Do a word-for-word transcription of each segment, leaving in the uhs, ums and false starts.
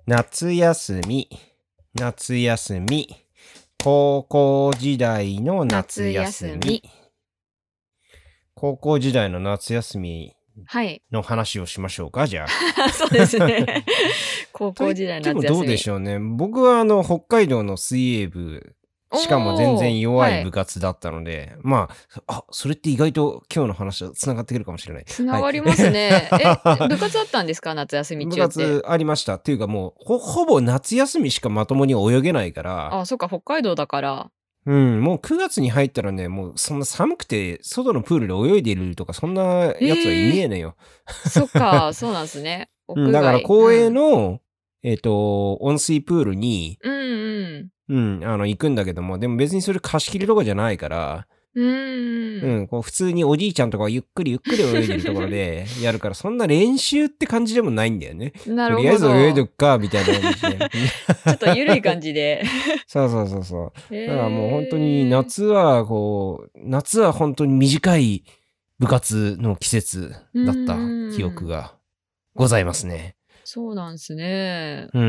夏休み、夏休み、高校時代の夏休み。 夏休み高校時代の夏休みはい。 の話をしましょうか、じゃあ。 そうですね。高校時代の夏休み。 でもどうでしょうね。僕はあの、北海道の水泳部、しかも全然弱い部活だったので、まあ、あ、それって意外と今日の話とつながってくるかもしれない。 つながりますね。え、部活あったんですか、夏休み部中って。 活ありました。っていうかもう、ほ、ほぼ夏休みしかまともに泳げないから、 あ、そっか、北海道だから。 うん、もうくがつに入ったらね、もうそんな寒くて、外のプールで泳いでいるとか、そんなやつはいねえのよ。 そっか、そうなんですね。 うん、 屋だから外。 公営うん。 の、えっと、温水プールに、 うんうん。 うん、あの、行くんだけども、でも別にそれ貸し切りとかじゃないから、 うー。 うんん、こう普通におじいちゃんとかゆっくりゆっくり泳いでるところでやるから、そんな練習って感じでもないんだよね。 なるほど。 とりあえず泳いどくか、みたいな感じで。 ちょっと緩い感じで。 そうそうそうそう。 へだからもう本当にえ。 夏はこう、夏は本当に短い部活の季節だった記憶がございますね。 そうなんですね。 うん。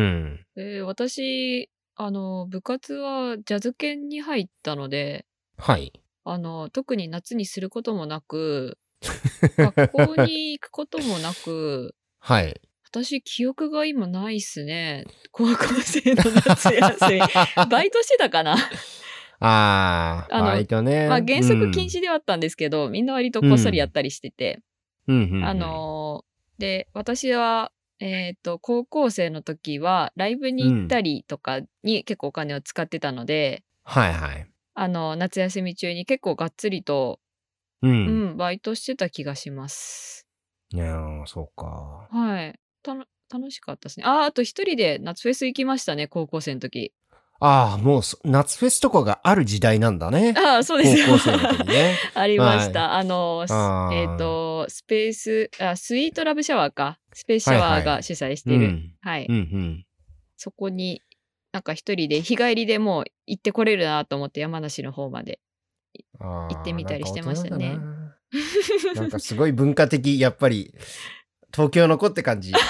えー私、あの、部活はジャズ犬に入ったので、 はい。 あの、特に夏にすることもなく、学校に行くこともなく、 はい。 私、記憶が今ないっすね。高校生の夏休み。バイトしてたかな。 ああ、 あのバイトね。 まあ、原則禁うん止ではあったんですけど、みんな割とこっそりやったりしてて。 うんうんうんあのーで、私は、えっと、高校生の時は、ライブに行ったりとかに結構お金を使ってたので、 はいはい。 あの、夏休み中に結構がっつりと、 う。 うんん、バイトしてた気がします。 いやー、そうか。 はい。たの楽しかったですね。ああ、あと一人で夏フェス行きましたね、高校生の時。 ああ、もうそ夏フェスとかがある時代なんだね。 ああ、そうですよ。 高校生の時ね。 ありましはい。 た。あの、すあーえっと、スペース、あ、スイートラブシャワーか。スペースシャワーはいはいが主催しうてる。 ん。 はい。 うんうん。 そこに、なんか一人で日帰りでもう行ってこれるなと思って山梨の方まであ行ってあ、なんかみたりしてまし大人だたね。 な。なんかすごい文化的、やっぱり、東京の子って感じ。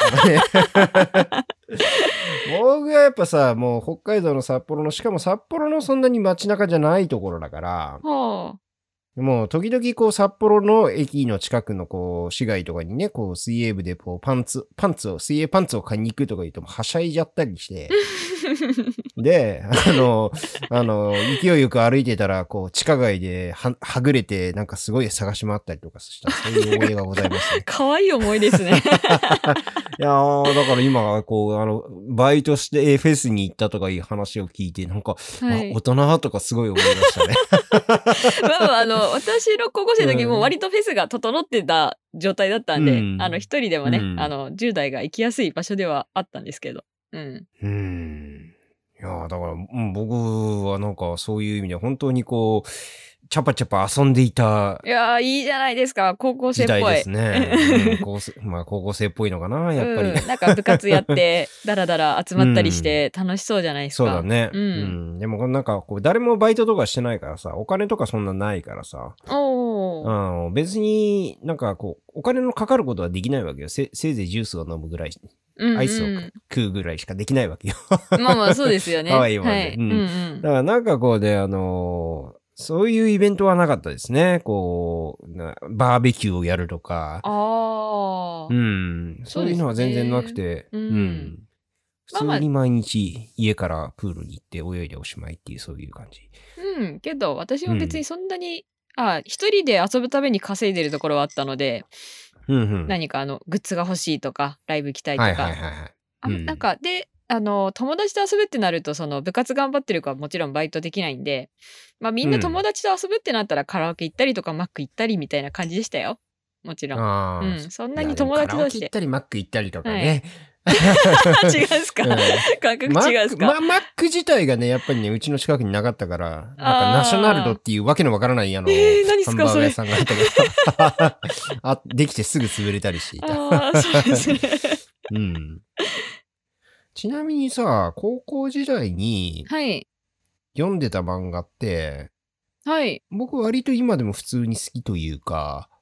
僕はやっぱさ、もう北海道の札幌の、しかも札幌のそんなに街中じゃないところだから、 はあ。 もう時々こう札幌の駅の近くのこう市街とかにね、こう水泳部でこうパンツ、パンツを、水泳パンツを買いに行くとか言うともはしゃいじゃったりして、で、あの、あの、勢いよく歩いてたら、こう地下街では、はぐれてなんかすごい探し回ったりとかした、そういう思い出がございますね。 かわいい思いですね。 いやー、だから今はこう、あの、バイトしてフェスに行ったとかいう話を聞いて、なんか、あ、 はい大。人とかすごい思いましたね。 まあまあ、あの、私の高校生の時うんも割とフェスが整ってた状態だったんで、 うんあの、一人でもね、 うんあの、じゅう代が行きやすい場所ではあったんですけど。うん。 うーん。いやー、だから、うん、僕はなんかそういう意味で本当にこう、チャパチャパ遊んでいたいやー、いいじゃないですか。高校生っぽい。 時代ですね。うん、高生まあ高校生っぽいのかな、やっぱり。 うん。なんか部活やって、だらだら集まったりして楽しそうじゃないですか。 そうだね。 う。 うんん。でもこうなんかこう、誰もバイトとかしてないからさ、お金とかそんなないからさ、 おー。 うん、別になんかこう、お金のかかることはできないわけよ。せ、せいぜいジュースを飲むぐらい、 うんアイスをう食うぐらいしかできないわけよ。 ん。まあまあ、そうですよね。 可愛いもんで。 はい。 うん。 うんうんだ。からなんかこうで、あのーそういうイベントはなかったですね。こう、なバーベキューをやるとか。 ああ。 うん。そういうのは全然なくて。 ううんん。普まあまあ通に毎日家からプールに行って泳いでおしまいっていうそういう感じ。 うん。けど、私うん。 も別にそんなに、あ、一人で遊ぶために稼いでるところはあったので、 うんうん。 何かあの、グッズが欲しいとか、ライブ行きたいとはいか。 はいはいはい。 あ、 うんなんか、で、あの、友達と遊ぶってなると、その部活頑張ってる子はもちろんバイトできないんで、まあみんな友達と遊ぶってなったらカラオケ行ったりとかマック行ったりみたいな感じでしたよ。もちろん。 ああ。 うん。そんないにやでも友達同士で。 カラオケ行ったりマック行ったりとかね。 違うんすか、 うん感覚マック、 違うんすか、 ま、マック自体がね、やっぱりね、うちの近くになかったから、なんかナショナルドっていうわけのわからないあの、 えー何っすかハンバーガー屋さんがあったからあ、できてすぐ潰れたりしていた。 ああ、そうですね。 うん。ちなみにさ、高校時代にはい。 読んでた漫画って、 はい。 僕割と今でも普通に好きというか、 うんう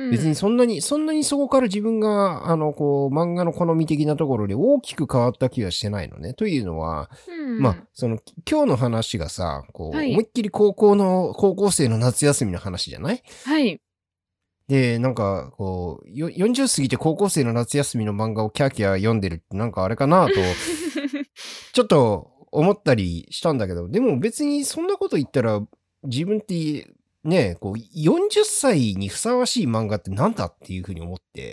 別にそんなに、そんなにそこから自分が、あの、こう、漫画の好み的なところで大きく変わった気はしてないのね。というのは、 うん、 まあ、その、今日の話がさ、こう、 はい思いっきり高校の、高校生の夏休みの話じゃない？ はい。 で、なんか、こう、よよんじゅう過ぎて高校生の夏休みの漫画をキャーキャー読んでるってなんかあれかなと、ちょっと思ったりしたんだけど、でも別にそんなこと言ったら、自分ってね、こう、よんじゅっさいにふさわしい漫画ってなんだっていうふうに思って、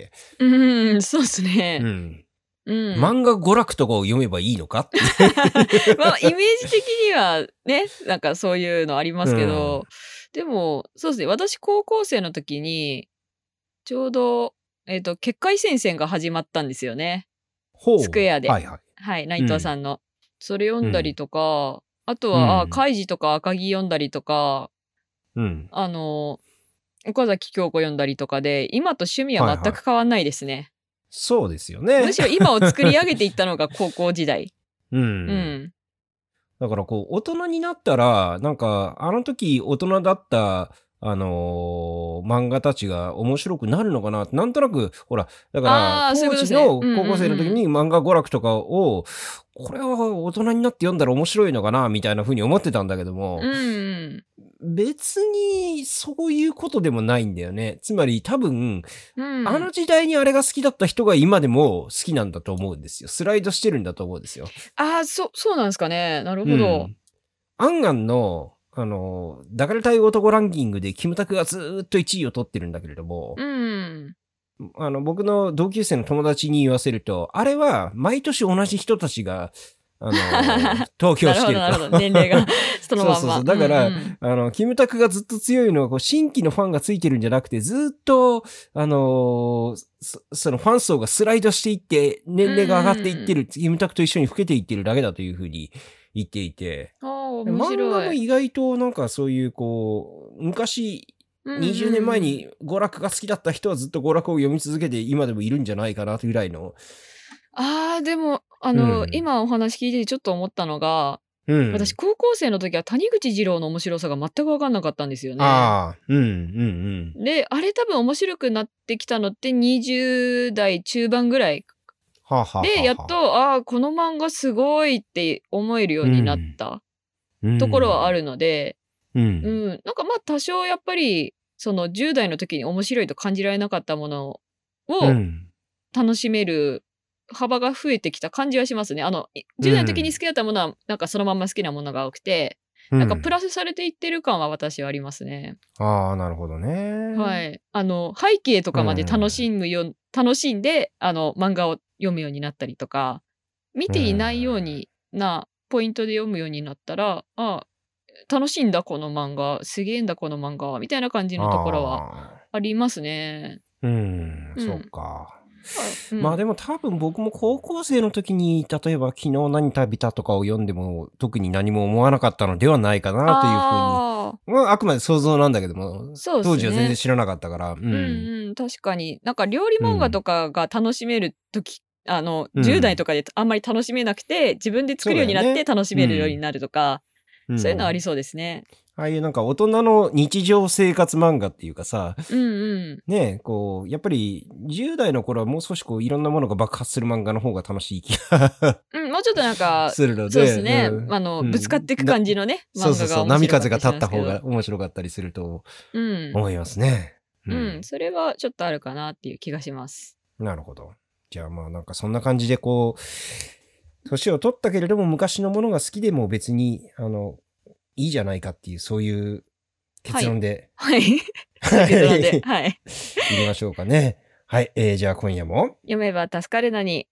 うん、そうですうね。 ん。 うん。 漫画娯楽とかを読めばいいのかって。 まあ、イメージ的にはね、なんかそういうのありますけど、でも、そうですね、私高校生の時に、ちょうど、えっと、結界戦線が始まったんですよね。 ほう。 スクエアで。 はいはい。 はい、内藤さんの。それ読んだりとか、あとうんは、あ、カイジとか赤木読んだりとか、 うん。 あの、岡崎京子読んだりとかで、今と趣味は全く変わんないですね。 そうですよね。 むしろ今を作り上げていったのが高校時代。 うん。 うん。 だからこう、大人になったら、なんか、あの時大人だった、あのー漫画たちが面白くなるのかなって、なんとなく、ほら、だから、 あーそういうこと当時のですねうんうんうん高校生の時に漫画娯楽とかを、これは大人になって読んだら面白いのかな、みたいな風に思ってたんだけども、 うんうん。 別にそういうことでもないんだよね。つまり多分、 うん、 あの時代にあれが好きだった人が今でも好きなんだと思うんですよ。スライドしてるんだと思うんですよ。 ああ、そ、そうなんですかね。なるほど。 うんアンガンの、あの、抱かれたい男ランキングでキムタクがずーっといちいを取ってるんだけれども、 うん。 あの、僕の同級生の友達に言わせると、あれは毎年同じ人たちが、あの、投票してると。 なるほど、なるほど。年齢がそのまんま。 そうそうそう。だから、 うんうんあの、キムタクがずっと強いのは、こう、新規のファンがついてるんじゃなくて、ずっと、あのーそ、そのファン層がスライドしていって、年齢が上がっていってる、キムタクと一緒に老けていってるだけだというふうに言っていて、 ああ、面漫画白い。 も意外となんかそういう、こう、昔、にじゅうねんまえに娯楽が好きだった人はずっと娯楽を読み続けて今でもいるんじゃないかなぐらいの。 ああ、でも、あの、 うん今お話聞いててちょっと思ったのが、 うん。 私高校生の時は谷口二郎の面白さが全く分かんなかったんですよね。 ああ、うんうんうん。 で、あれ多分面白くなってきたのってにじゅう代中盤ぐらいはあ、はあはあはあ、 で、やっと、ああ、この漫画すごいって思えるようになったところはあるので、 うん。 ううん。 ん、なんかまあ多少やっぱり、そのじゅう代の時に面白いと感じられなかったものうをん。 楽しめる幅が増えてきた感じはしますね。あの、いじゅう代の時に好きだったものは、なんかそのまんま好きなものが多くて、なんかプラスされていってる感は私はありますね。 ああ、なるほどね。。 はいい。あの、背景とかまで楽しむよ、楽しんで、あの、漫画を読むようになったりとか、見ていないようになポイントで読むようになったら、あ楽しいんだこの漫画、すげえんだこの漫画、みたいな感じのところはありますね。 うん、 うんそうか。 うんまあでも多分僕も高校生の時に、例えば昨日何食べたとかを読んでも特に何も思わなかったのではないかなというあふうに。まああくまで想像なんだけども、 そうですね当時は全然知らなかったから。うーうんうん、確かに。なんか料理漫画とかが楽しめる時、あの、 うんじゅう代とかであんまり楽しめなくて、自分で作るようになっそうだよねて楽しめるようになるとか、 うんそういうのはありそうですね。 ああいうなんか大人の日常生活漫画っていうかさ、 うんうん。 ねえ、こう、やっぱりじゅう代の頃はもう少しこういろんなものが爆発する漫画の方が楽しい気がうん、もうちょっとなんか、 するので。 そうですね。 うんあの、 うんぶつかっていく感じのね、 そうそうそう、 漫画が面波風白かったりしが立った方ますけどが面白かったりするとうん。 思いますね。 うん、それはちょっとあるかなっていう気がします。 なるほど。じゃあまあなんかそんな感じでこう、年を取ったけれども昔のものが好きでも別に、あの、いいじゃないかっていう、そういう結論で、 はい。 はい、 結論で、はい。 いきましょうかね。はい、えー、じゃあ今夜も、 読めば助かるのに。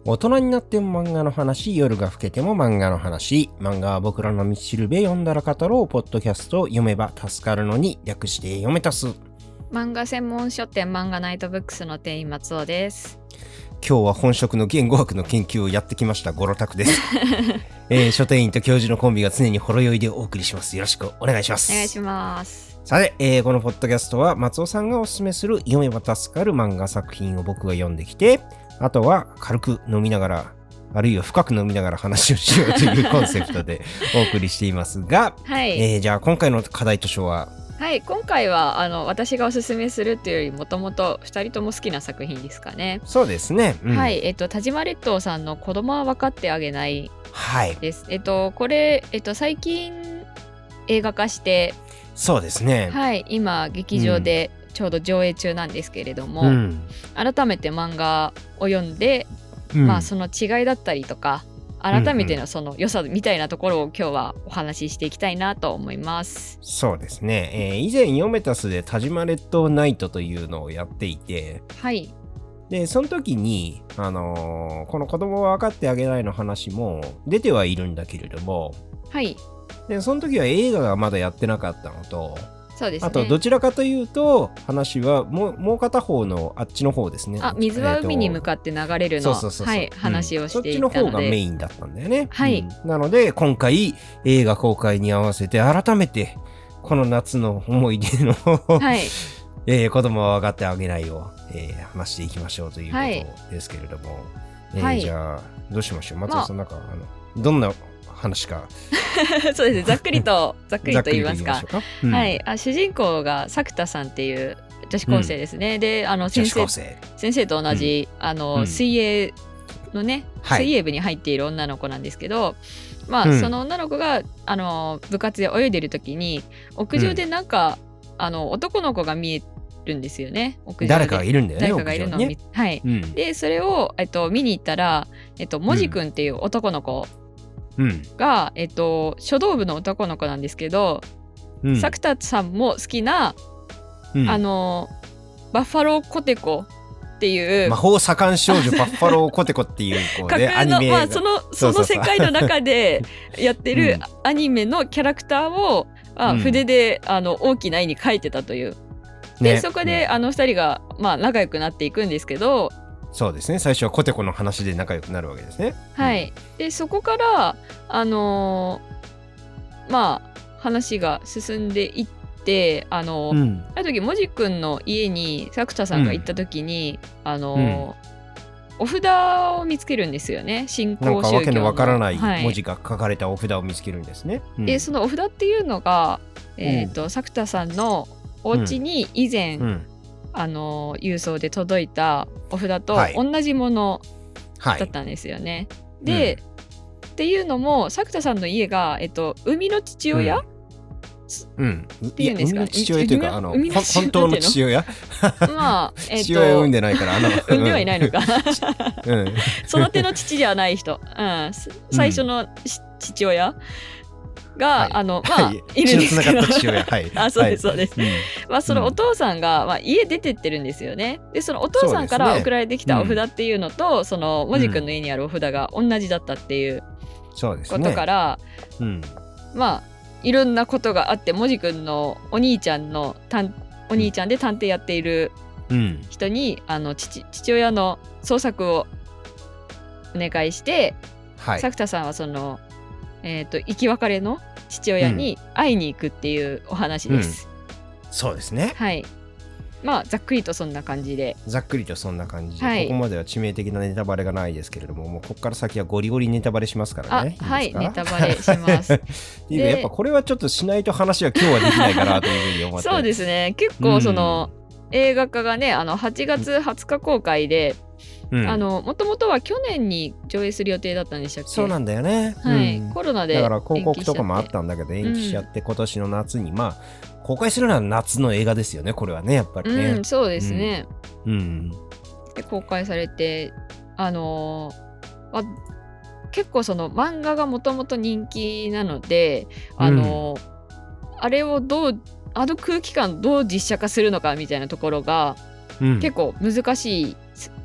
大人になっても漫画の話、夜が更けても漫画の話、漫画は僕らの道しるべ、読んだら語ろうポッドキャスト、読めば助かるのに略して読めたす。 漫画専門書店漫画ナイトブックスの店員松尾です。 今日は本職の言語学の研究をやってきましたゴロタクです、えー、書店員と教授のコンビが常にほろ酔いでお送りします。よろしくお願いします。 お願いします。 さて、えー、このポッドキャストは松尾さんがおすすめする読めば助かる漫画作品を僕が読んできて、あとは軽く飲みながら、あるいは深く飲みながら話をしようというコンセプトでお送りしていますが、 はいえー、じゃあ今回の課題図書は、 はい、今回はあの私がおすすめするというよりもともとふたりとも好きな作品ですかね。 そうですね、うん、 はい、えっと田島列島さんの子供は分かってあげないです。 はい、 えっとこれ、えっと、最近映画化して、 そうですね、 はい、今劇場でちょうど上映中なんですけれども、 うん、 改めて漫画を読んで、 うん、 まあその違いだったりとか改めてのその良さみたいなところを今日はお話ししていきたいなと思います。 そうですね、えー、以前読めたすで田島列島ナイトというのをやっていて、 はいでその時に、あのー、この子供は分かってあげないの話も出てはいるんだけれども、 はいでその時は映画がまだやってなかったのと、 そうですね、 あとどちらかというと話はもう、もう片方のあっちの方ですね。 あ、水は海に向かって流れるの、はい、話をしていたので、 そっちの方がメインだったんだよね。 はい、 うん、なので今回映画公開に合わせて改めてこの夏の思い出の、はいえー、子供は分かってあげないを、えー、話していきましょうということですけれども、はいえー、じゃあどうしましょう。松尾さん、なんか、まあ、あのどんな話かそうですね、ざっくりとざっくりと言いますか。 かうん、 はい、あ主人公が作田さんっていう女子高生ですね、うん、であの先生先生と同じ、うん、あの、うん、水泳のね、はい、水泳部に入っている女の子なんですけど、まあ、うん、その女の子があの部活で泳いでる時に屋上でなんか、うん、あの男の子が見えるんですよね。屋上で誰かがいるんだよね。 誰かがいるのを見、ね、はい、うん、でそれを、えっと、見に行ったら、えっと、もじくんっていう男の子が、うんえっと、書道部の男の子なんですけど、うん、作田さんも好きな、うん、あのバッファローコテコっていう魔法盛ん少女バッファローコテコっていうこう、ね、アニメが、 まあ、そのその世界の中でやってるアニメのキャラクターを、うん、筆であの大きな絵に描いてたという、で、ね、そこで、ね、あのふたりが、まあ、仲良くなっていくんですけど、 そうですね、最初はコテコの話で仲良くなるわけですね。 はい、うん、でそこからあのー、まあ話が進んでいってあの、うん、ある時もじくんの家に作田さんが行った時に、うん、あのーうん、お札を見つけるんですよね。新興宗教のなんかわけのわからない文字が書かれたお札を見つけるんですね。はいうん、 でそのお札っていうのが、えーと、作田さんのお家に以前、うんあの郵送で届いたお札と同じものだったんですよね。はい、で、うん、っていうのも作田さんの家が、えっと、生みの父親、 うん、 っていうんですか。 生みの父親というかあの本当の父親まあ、えー、と父親を産んでないからあの産んではいないのか、うん、育ての父ではない人、うん、最初の、うん、父親が、はい、あのまあ、はい、いるんですけどはい、 あそうですそうです、はいうんまあ、そのお父さんが、まあ、家出てってるんですよね。でそのお父さんから送られてきたお札っていうのとそ、ねうん、そのもじくんの家にあるお札が同じだったっていうことから、うん、まあいろんなことがあってもじくんのお兄ちゃんのお兄ちゃんで探偵やっている人に、うん、あの 父, 父親の捜索をお願いして、はい、作田さんはそのえー、と生き別れの父親に会いに行くっていうお話です、 うんうん、そうですね。 はい、まあざっくりとそんな感じでざっくりとそんな感じで、はい、ここまでは致命的なネタバレがないですけれども、もうここから先はゴリゴリネタバレしますからね。 あはいネタバレしますっていうかやっぱこれはちょっとしないと話は今日はできないかなというふうに思ってそうですね、結構その、うん、映画化がねあのはちがつはつか公開で、うん、あのもともとは去年に上映する予定だったんでしたっけ。 そうなんだよね、 はい、うん、コロナでだから広告とかもあったんだけど延期しちゃって、うん、今年の夏にまあ公開するのは夏の映画ですよねこれはねやっぱりね、 うん、そうですね、 うんうん、 で公開されてあのー、あ結構その漫画がもともと人気なのであのーうん、あれをどうあの空気感どう実写化するのかみたいなところが、うん、結構難しい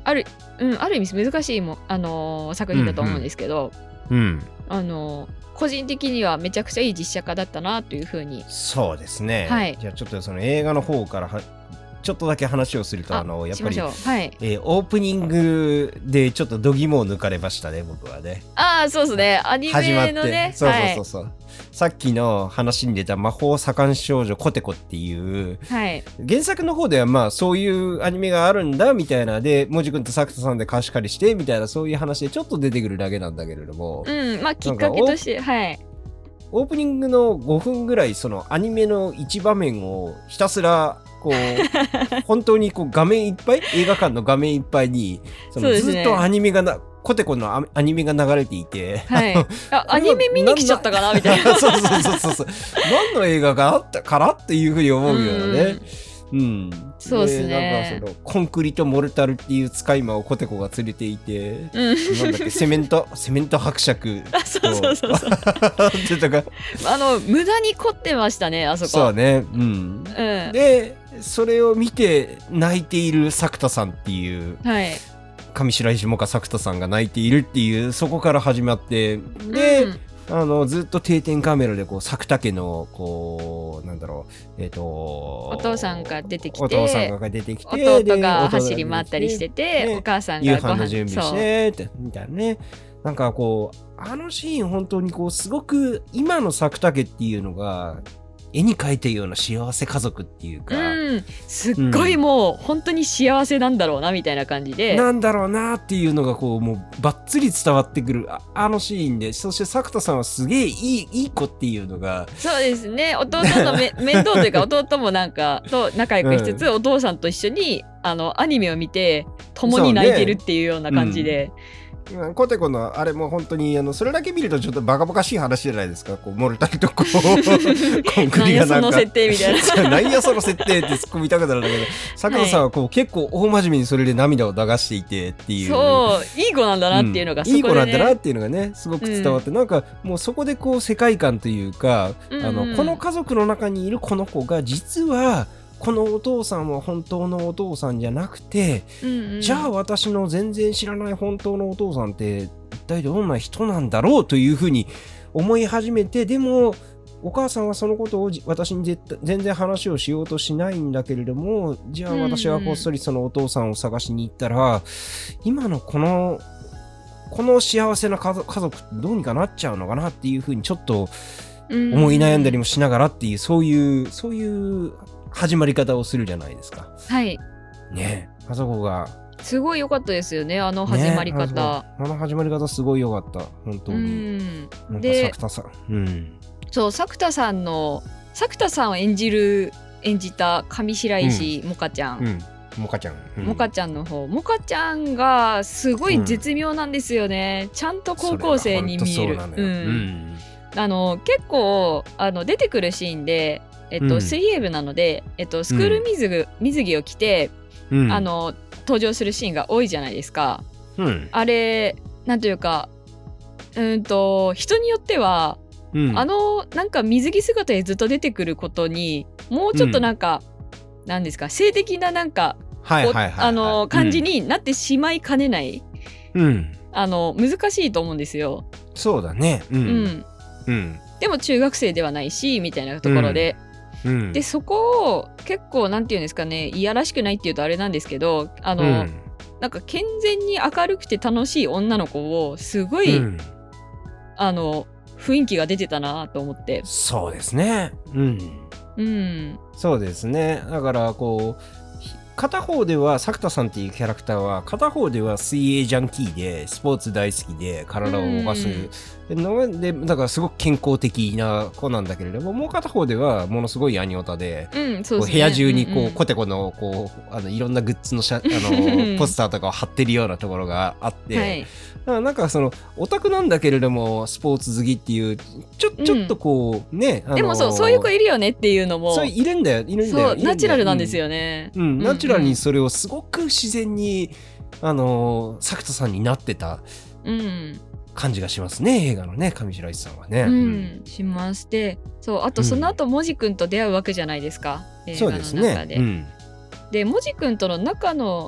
ある、うん、ある意味難しいも、あのー作品だと思うんですけど、 うんうんあのー個人的にはめちゃくちゃいい実写化だったなというふうに。 そうですね、 はい、 じゃあちょっとその映画の方からはちょっとだけ話をすると、 ああのやっぱり、 しましょう。はい、 えーオープニングでちょっと度肝を抜かれましたね、僕はね。 ああ、そうですね。アニ始まって、 メのね。 そうそうそうそう、はい、さっきの話に出た魔法左官少女コテコっていう、 はい、 原作の方ではまあそういうアニメがあるんだみたいなで、もじくんと作田さんで貸し借りしてみたいな、そういう話でちょっと出てくるだけなんだけれども、 うん、まあきっかけとして、はい。 オープニングのごふんぐらい、そのアニメの一場面をひたすらこう本当にこう画面いっぱい、映画館の画面いっぱいにそのずっとアニメがな、コテコのアニメが流れていて、 はい、あアニメ見に来ちゃったかなみたいな。 そうそうそうそうそう、何の映画があったからっていうふうに思うようなね。うん、 そうですね。 なんかそのコンクリとモルタルっていう使い魔をコテコが連れていて、 うん、 なんだっけ、セメントセメント伯爵あ、そうそうそうそうってかあの無駄に凝ってましたね、あそこ。 そうね、うん、うん、でそれを見て泣いている作田さんっていう、はい、上白石萌歌作田さんが泣いているっていう、そこから始まって、で、うんあのずっと定点カメラでこう作田家のこうなんだろう、えっ、ー、とお父さんが出てきて、 お父さんが出てきて、 弟が走り回ったりしてて、 ね、 お母さんが夕飯の準備してってみたいなね。なんかこうあのシーン本当にこうすごく今の作田家っていうのが絵に描いてるような幸せ家族っていうか、 うん、すっごいもう、うん、本当に幸せなんだろうなみたいな感じで、 なんだろうなっていうのがこうもうバッツリ伝わってくる あ, あのシーンで、そして作田さんはすげえいいいい子っていうのが、 そうですね、弟のめ面倒というか弟もなんかと仲良くしつつ、うん、お父さんと一緒にあのアニメを見て共に泣いてるっていうような感じで。 コテコのあれも本当にあのそれだけ見るとちょっとバカバカしい話じゃないですか。こうモルタルとこうコンクリがなんか何やその設定みたいな何やその設定って突っ込みたくなるんだけど、作田さんはこう、はい、結構大真面目にそれで涙を流していてっていう、 そういい子なんだなっていうのが、 うん、そこで、ね、いい子なんだなっていうのがねすごく伝わって、うん、なんかもうそこでこう世界観というか、うんうん、あのこの家族の中にいるこの子が実はこのお父さんは本当のお父さんじゃなくて、うんうん、じゃあ私の全然知らない本当のお父さんって一体どんな人なんだろうというふうに思い始めて、でもお母さんはそのことを私に絶対全然話をしようとしないんだけれども、じゃあ私はこっそりそのお父さんを探しに行ったら、うんうん、今のこのこの幸せな家族、家族ってどうにかなっちゃうのかなっていうふうにちょっと思い悩んだりもしながらっていう、そういうそういう始まり方をするじゃないですか。 はいね、あそこがすごい良かったですよね、あの始まり方、ね、 あ, あの始まり方すごい良かった本当に。 うんなんか作田さん、うん、 そう作田さんの作田さんを演じる演じた上白石萌歌ちゃん、うんうんモカちゃん、 うん、モカちゃんの方、モカちゃんがすごい絶妙なんですよね、うん、ちゃんと高校生に見える。うんうん、あの結構あの出てくるシーンで、えっと、水泳部なので、えっと、スクール水着、うん、水着を着て、うん、あの登場するシーンが多いじゃないですか、うん、あれなんというかうんと人によっては、うん、あのなんか水着姿でずっと出てくることにもうちょっとなんか、うん、なんですか性的ななんか感じになってしまいかねない、うん、あの難しいと思うんですよ。 そうだね、うんうんうん、でも中学生ではないしみたいなところで、うんうん、でそこを結構なんていうんですかね、いやらしくないっていうとあれなんですけど、あの、うん、なんか健全に明るくて楽しい女の子をすごい、うん、あの雰囲気が出てたなと思って。 そうですね、うん、うん、そうですね。だからこう片方では作田さんっていうキャラクターは片方では水泳ジャンキーでスポーツ大好きで体を動かすので、だからすごく健康的な子なんだけれども、もう片方ではものすごいアニオタで、うんそうですね、部屋中にこう、うんうん、コテコのこうあのいろんなグッズのシャあのポスターとかを貼ってるようなところがあって、はい、だからなんかそのオタクなんだけれどもスポーツ好きっていうちょ、ちょっとこうね、 うん、あのー、でもそうそういう子いるよねっていうのもそういるんだよいるんだよ、 そうナチュラルなんですよね、 うんうん、ナチュラルにそれをすごく自然にあのー、作田さんになってた、うん感じがしますね、映画のね上白石さんはね、 うんうん、しまして、そうあとその後、うん、もじくんと出会うわけじゃないですか、映画の中で。そうですね、うん、でもじくんとの仲の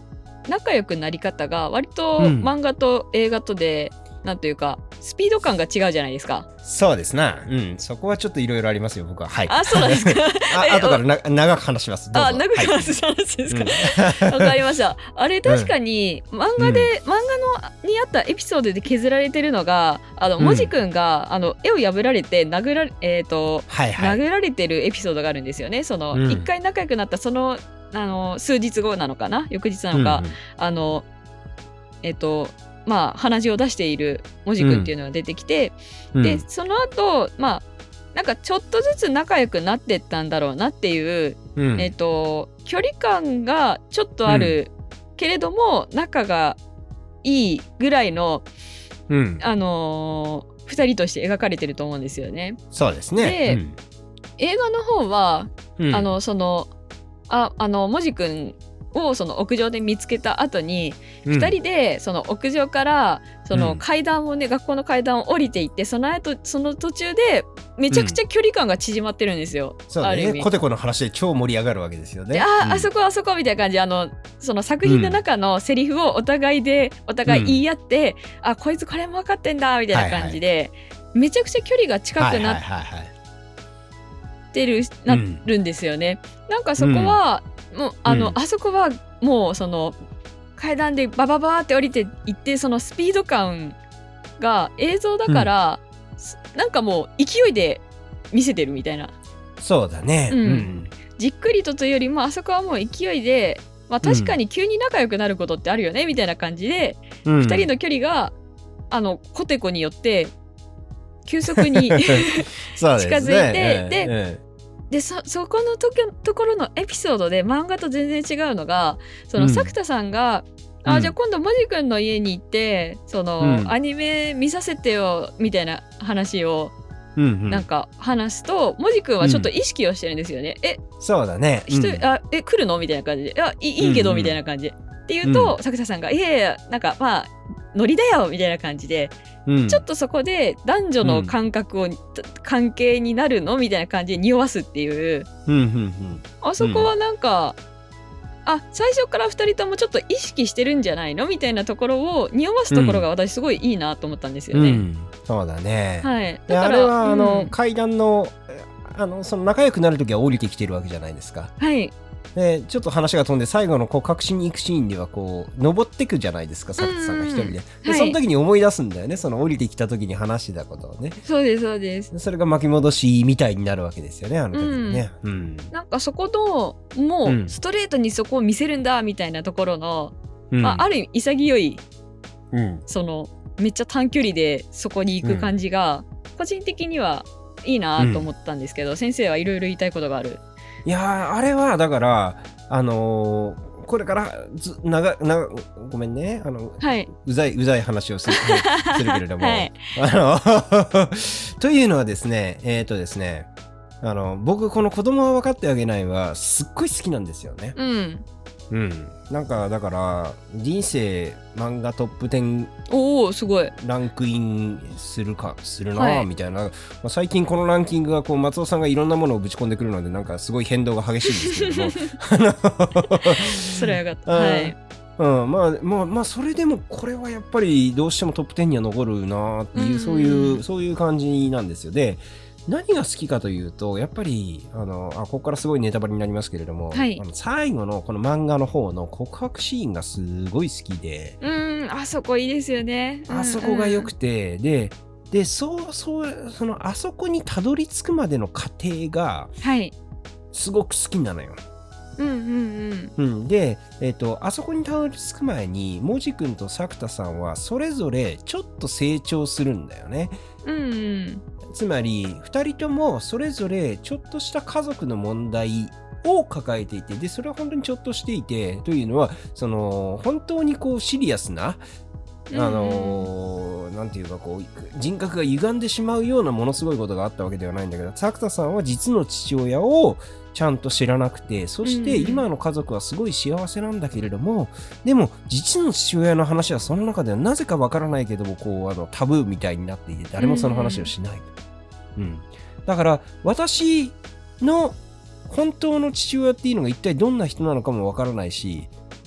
仲良くなり方が割とうん漫画と映画とで、なんというかスピード感が違うじゃないですか。 そうですな。うん。そこはちょっといろいろありますよ、僕は。はい。 あ、そうなんですか。 あ後からな長く話します。どうぞ。 あ、長くはい話す話ですか。 うんわかりました。あれ確かに漫画で、漫画のにあったエピソードで削られてるのが、あのうんもじくんがあの絵を破られて殴られえっ、と、 はいはい。 殴られてるエピソードがあるんですよね。そのうん一、回仲良くなったそのあの数日後なのかな、翌日なのか、 うんうんあのえっ、とまあ鼻血を出しているもじくんっていうのが出てきて、 うんでその後まあなんかちょっとずつ仲良くなってったんだろうなっていう、 うんえっ、と距離感がちょっとある、けれども仲がいいぐらいの、 うんあのー、ふたりとして描かれてると思うんですよね。 そうですね。 で映画の方は、 うんあのそのああのもじくんをその屋上で見つけた後に、 うんふたりでその屋上からそのうん階段をね、学校の階段を降りていって、その後その途中でめちゃくちゃ距離感が縮まってるんですよ、 そうだね。 ある意味コテコの話で超盛り上がるわけですよね。 で、あー、 うんあそこあそこみたいな感じで、あのその作品の中のセリフをお互いでお互い言い合って、あこいつこれも分かってんだみたいな感じで、めちゃくちゃ距離が近くなっはいはいはいはいてる、なるんですよね。なんかそこは、もうあの、 うんあそこはもうその階段でバババーって降りていって、そのスピード感が映像だから、すなんかもう勢いで見せてるみたいな。 そうだね。 うんうんじっくりとというよりも、あそこはもう勢いで、まあ、確かに急に仲良くなることってあるよね、みたいな感じで、 うんふたりの距離があのコテコによって急速にそうですね近づいてうんでうんで そ, そこのとところのエピソードで漫画と全然違うのが、そのうん作田さんが、 うんあじゃあ今度もじくんの家に行ってその、 うんアニメ見させてよみたいな話をうんうんなんか話すと、もじくんはちょっと意識をしてるんですよね。えそうだね。 人、 うんあえ来るのみたいな感じで、いやいいいいけど、 うんうんみたいな感じでって言うと、 うん作田さんがいやいやなんかまあノリだよみたいな感じで、 うんちょっとそこで男女の感覚を、関係になるのみたいな感じで匂わすっていう、 うんうんうんあそこはなんか、あ最初からふたりともちょっと意識してるんじゃないのみたいなところを匂わすところが私すごいいいなと思ったんですよね。 うんそうだね。 はい、 でだからあれはあの、 うん階段のあのその仲良くなるときは降りてきてるわけじゃないですか。 はいでちょっと話が飛んで最後のこう確信に行くシーンではこう登ってくじゃないですか、作田さんが一人で。で、 はいその時に思い出すんだよね、その降りてきた時に話してたことをね。 そうですそうです。 それが巻き戻しみたいになるわけですよね、あの時にね。うんなんかそこのもうんうストレートにそこを見せるんだみたいなところの、 うんまあ、ある意味潔いうんそのめっちゃ短距離でそこに行く感じが、個人的にはいいなと思ったんですけど、先生はいろいろ言いたいことがある。 いやーあれはだからあのーこれからず長長ごめんねあのはいうざいうざい話をするするけれども、 はいあのというのはですねえっ、とですねあの僕この子供は分かってあげないはすっごい好きなんですよね。 うんうん、なんかだから人生漫画トップじゅうおおすごい。 ランクインするかするなはいぁみたいな、まあ、最近このランキングがこう松尾さんがいろんなものをぶち込んでくるのでなんかすごい変動が激しいんですけれどもそれはよかった。 あーはいうん、まあまあまあそれでもこれはやっぱりどうしてもトップじゅうには残るなっていう、 うんそういうそういう感じなんですよ。で何が好きかというとやっぱりあのあここからすごいネタバレになりますけれども、 はいあの最後のこの漫画の方の告白シーンがすごい好きで、 うんあそこいいですよね。 あそこが良くて。 て、ででそうそうそのあそこにたどり着くまでの過程がはい。 すごく好きなのよ。 うんうんうん、で、えっと、あそこにたどり着く前に、もじくんと作田さんはそれぞれちょっと成長するんだよね。 うんうんうんつまり、ふたりともそれぞれちょっとした家族の問題を抱えていて、で、それは本当にちょっとしていて、というのは、その、本当にこうシリアスな、あのーなんていうかこう人格が歪んでしまうようなものすごいことがあったわけではないんだけど、作田さんは実の父親をちゃんと知らなくて、そして今の家族はすごい幸せなんだけれども、でも実の父親の話はその中ではなぜかわからないけどもこうあのタブーみたいになっていて誰もその話をしない、うんうん、だから私の本当の父親っていうのが一体どんな人なのかもわからないし、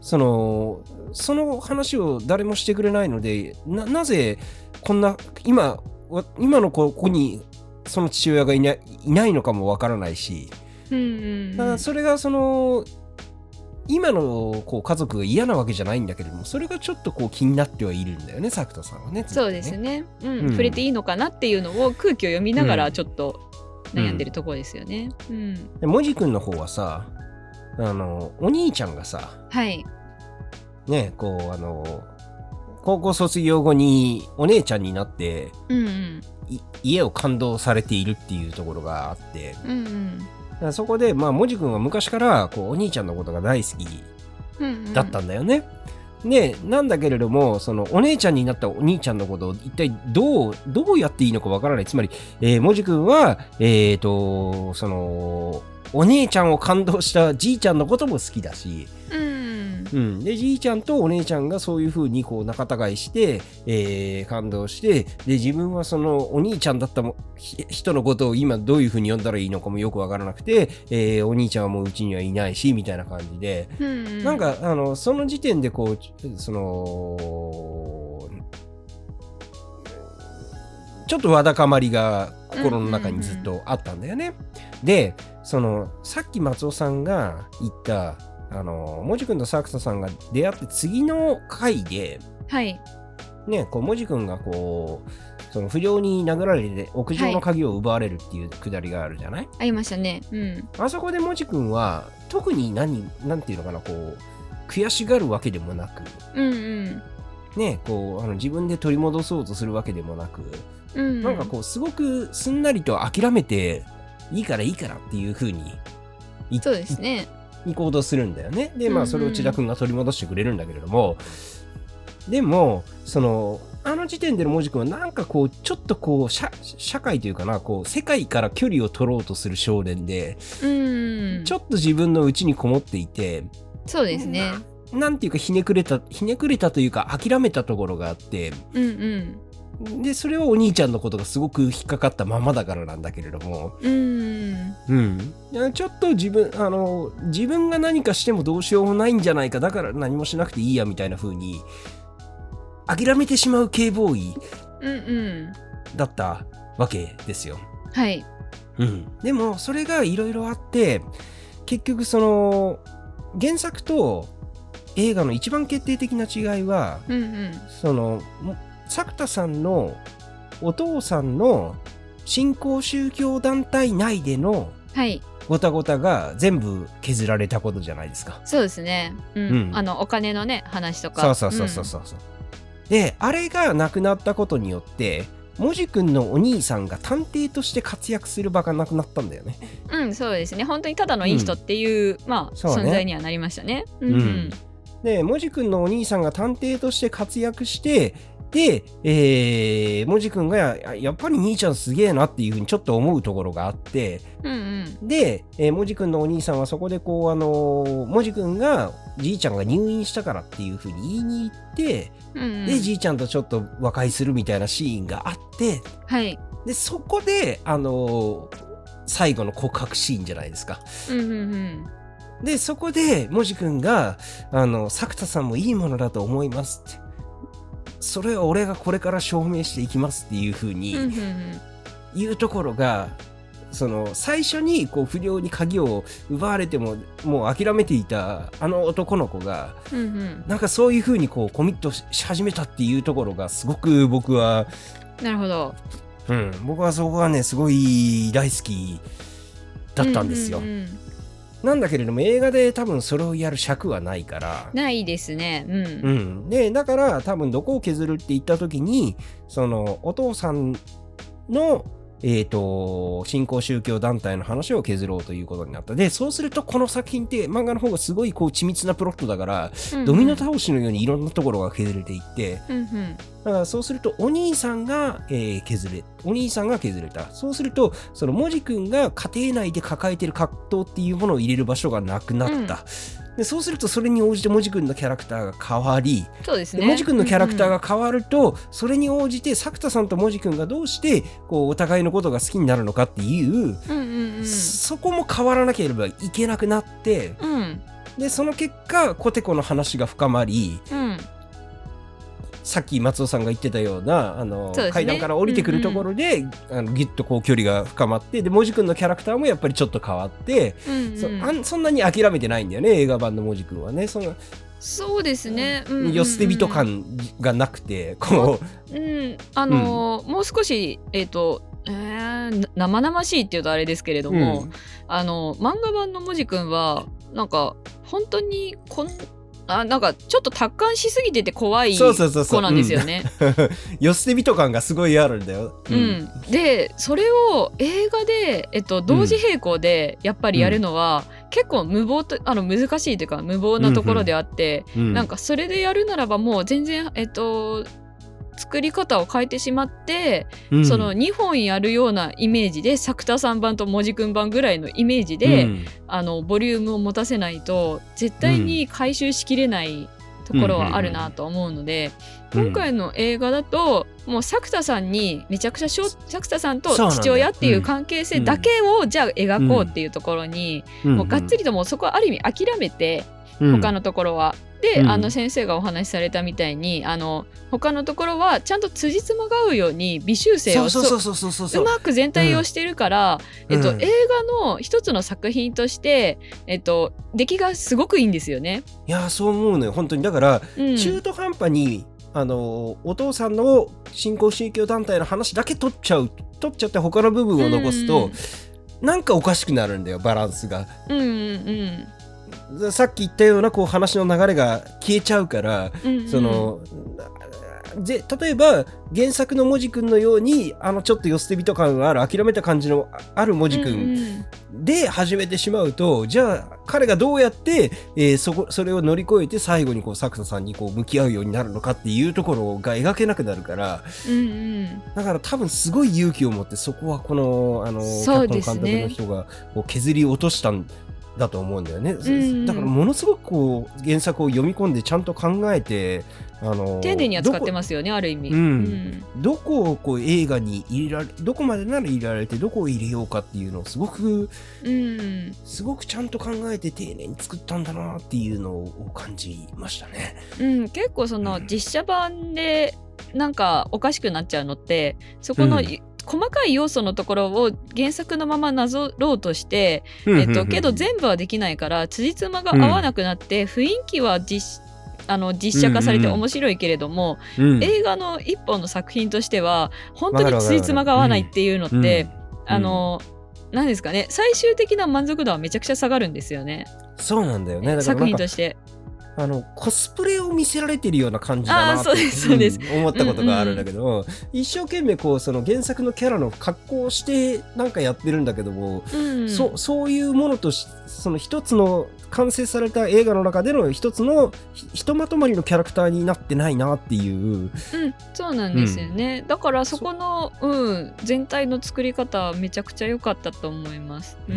そのその話を誰もしてくれないので、 な, なぜこんな今今のここにその父親がいない、いないのかもわからないし、 うんうんうん、 だからそれがその今のこう家族が嫌なわけじゃないんだけれども、それがちょっとこう気になってはいるんだよね、作田さんは ね, ねそうですね、うんうん、 触れていいのかなっていうのを空気を読みながらちょっと悩んでるところですよね、うんうん、 でもじくんの方はさ、あのお兄ちゃんがさ、 はいね、こうあの高校卒業後にお姉ちゃんになって、 うんうん、 家を感動されているっていうところがあって、 うんうん、 だからそこで、まあ、もじくんは昔からこうお兄ちゃんのことが大好きだったんだよね。うんうん、で、なんだけれども、そのお姉ちゃんになったお兄ちゃんのことを一体どう、どうやっていいのかわからない。つまり、えー、もじくんは、えーと、その、お姉ちゃんを感動したじいちゃんのことも好きだし、 うんうん、でじいちゃんとお姉ちゃんがそういう風にこう仲違いして、えー、感動して、で自分はそのお兄ちゃんだったも人のことを今どういう風に呼んだらいいのかもよくわからなくて、えー、お兄ちゃんはもううちにはいないしみたいな感じで、 うんうん、 なんかあのその時点でこうそのちょっとわだかまりが心の中にずっとあったんだよね。うんうんうん、でそのさっき松尾さんが言ったあのもじくんと作田さんが出会って次の回で、 はいね、こうもじくんがこうその不良に殴られて屋上の鍵を奪われるっていうくだりがあるじゃない、はい、 ありましたね、うん、 あそこでもじくんは特に何なんていうのかな、こう悔しがるわけでもなく、 うんうんね、こうあの自分で取り戻そうとするわけでもなく、うん、なんかこうすごくすんなりと諦めていいからいいからっていう風にそうですねに行動するんだよね。でまあそれを千田くんが取り戻してくれるんだけれども、うんうん、でもそのあの時点でのもじくんはなんかこうちょっとこう 社, 社会というかな、こう世界から距離を取ろうとする少年で、うん、ちょっと自分の内にこもっていて、 そうですね、 な, なんていうかひねくれたひねくれたというか諦めたところがあって、 うんうんでそれはお兄ちゃんのことがすごく引っかかったままだからなんだけれども、 うん、 うん、ちょっと自分あの自分が何かしてもどうしようもないんじゃないか、だから何もしなくていいやみたいな風に諦めてしまうKボーイだったわけですよ。 はい、 うん、でもそれがいろいろあって結局その原作と映画の一番決定的な違いは、うんうん、その作田さんのお父さんの新興宗教団体内でのごたごたが全部削られたことじゃないですか。 そうですね、うんうん、あのお金のね話とか、 そうそうそうそうそう、うん、であれがなくなったことによってもじくんのお兄さんが探偵として活躍する場がなくなったんだよね。 うん、そうですね、本当にただのいい人っていう、うん、まあ、ね、存在にはなりましたね。うん、うん、 でもじくんのお兄さんが探偵として活躍してで、えー、もじくんが や, やっぱり兄ちゃんすげえなっていうふうにちょっと思うところがあって、 うんうん、 で、えー、もじくんのお兄さんはそこでこうあのー、もじくんがじいちゃんが入院したからっていうふうに言いに行って、うんうん、でじいちゃんとちょっと和解するみたいなシーンがあって、 はい、 でそこであのー、最後の告白シーンじゃないですか。 うんうんうん、 でそこでもじくんがあの作田さんもいいものだと思いますって、それは俺がこれから証明していきますっていう風に言うところが、その最初にこう不良に鍵を奪われてももう諦めていたあの男の子が、うんうん、なんかそういう風にこうコミットし始めたっていうところがすごく僕はなるほど、 うん、僕はそこがねすごい大好きだったんですよ。うんうんうん、なんだけれども映画で多分それをやる尺はないからないですね、うんうん、でだから多分どこを削るって言った時にそのお父さんのえーと新興宗教団体の話を削ろうということになった。でそうするとこの作品って漫画の方がすごいこう緻密なプロットだから、うんうん、ドミノ倒しのようにいろんなところが削れていって、うんうん、だからそうするとお兄さんが、えー、削れお兄さんが削れた。そうするとそのもじくんが家庭内で抱えている葛藤っていうものを入れる場所がなくなった、うん、でそうするとそれに応じてもじくんのキャラクターが変わり、 そうですね、 もじくんのキャラクターが変わると、うんうん、それに応じて作田さんともじくんがどうしてこうお互いのことが好きになるのかっていう、うんうんうん、そこも変わらなければいけなくなって、 うん、 でその結果コテコの話が深まり、 うん、 さっき松尾さんが言ってたようなあの、 ね、 階段から降りてくるところで、うんうん、あのギュッとこう距離が深まってでもじくんのキャラクターもやっぱりちょっと変わって、うんうん、そ, あんそんなに諦めてないんだよね映画版のもじくんはね。そのそうですね、うんうんうん、 よ捨て人感がなくてこう、うんあのーうん、もう少しえっ、ー、とえー、生々しいっていうとあれですけれども、うん、あの漫画版のもじくんはなんか本当にこんあなんかちょっと達観しすぎてて怖い子なんですよね。 よ捨て人感がすごいあるんだよ、 うんうん、でそれを映画で、えっと、同時並行でやっぱりやるのは、うん、結構無謀とあの難しいというか無謀なところであって、うんうん、なんかそれでやるならばもう全然えっと作り方を変えてしまって、うん、そのにほんやるようなイメージで作田さん版ともじくん版ぐらいのイメージで、うん、あのボリュームを持たせないと絶対に回収しきれないところはあるなと思うので、うんうんうん、今回の映画だともう作田さんにめちゃくちゃ作田さんと父親っていう関係性だけをじゃあ描こうっていうところに、うん、もうがっつりともうそこはある意味諦めて、うん、他のところはで、うん、あの先生がお話しされたみたいにあの他のところはちゃんと辻褄が合うように微修正をうまく全体をしてるから、うんえっと、映画の一つの作品として、えっと、出来がすごくいいんですよね。 いやそう思うのよ本当に。だから、うん、中途半端にあのお父さんの新興宗教団体の話だけ取っちゃう取っちゃって他の部分を残すと、うん、なんかおかしくなるんだよバランスが。 うんうんうんさっき言ったようなこう話の流れが消えちゃうから、うんうん、そので例えば原作のもじくんのようにあのちょっとよ捨て人感がある諦めた感じのあるもじくんで始めてしまうと、うんうん、じゃあ彼がどうやって、えー、そこそれを乗り越えて最後にこう作田さんにこう向き合うようになるのかっていうところが描けなくなるから、 うんうん、 だから多分すごい勇気を持ってそこはこのあの脚本監督の人がこう削り落としたんだと思うんだよね、うん、だからものすごくこう原作を読み込んでちゃんと考えてあの丁寧に扱ってますよねある意味、 うんうん、どこをこう映画に入れられどこまでなら入れられてどこを入れようかっていうのをすごく、うん、すごくちゃんと考えて丁寧に作ったんだなっていうのを感じましたね、 うん、結構その実写版でなんかおかしくなっちゃうのってそこの、うん細かい要素のところを原作のままなぞろうとして、えっと、けど全部はできないから辻褄が合わなくなって、うん、雰囲気は 実, あの実写化されて面白いけれども、うんうん、映画の一本の作品としては本当に辻褄が合わないっていうのって、うん、あの何ですかね最終的な満足度はめちゃくちゃ下がるんですよね。 そうなんだよね。だから作品としてあのコスプレを見せられてるような感じだなって思ったことがあるんだけど、うんうん、一生懸命こうその原作のキャラの格好をしてなんかやってるんだけども、うん、そ, そういうものとしその一つの完成された映画の中での一つのひとまとまりのキャラクターになってないなっていう、うん、 そうなんですよね、うん、だからそこのそ、うん、全体の作り方はめちゃくちゃ良かったと思います、うん、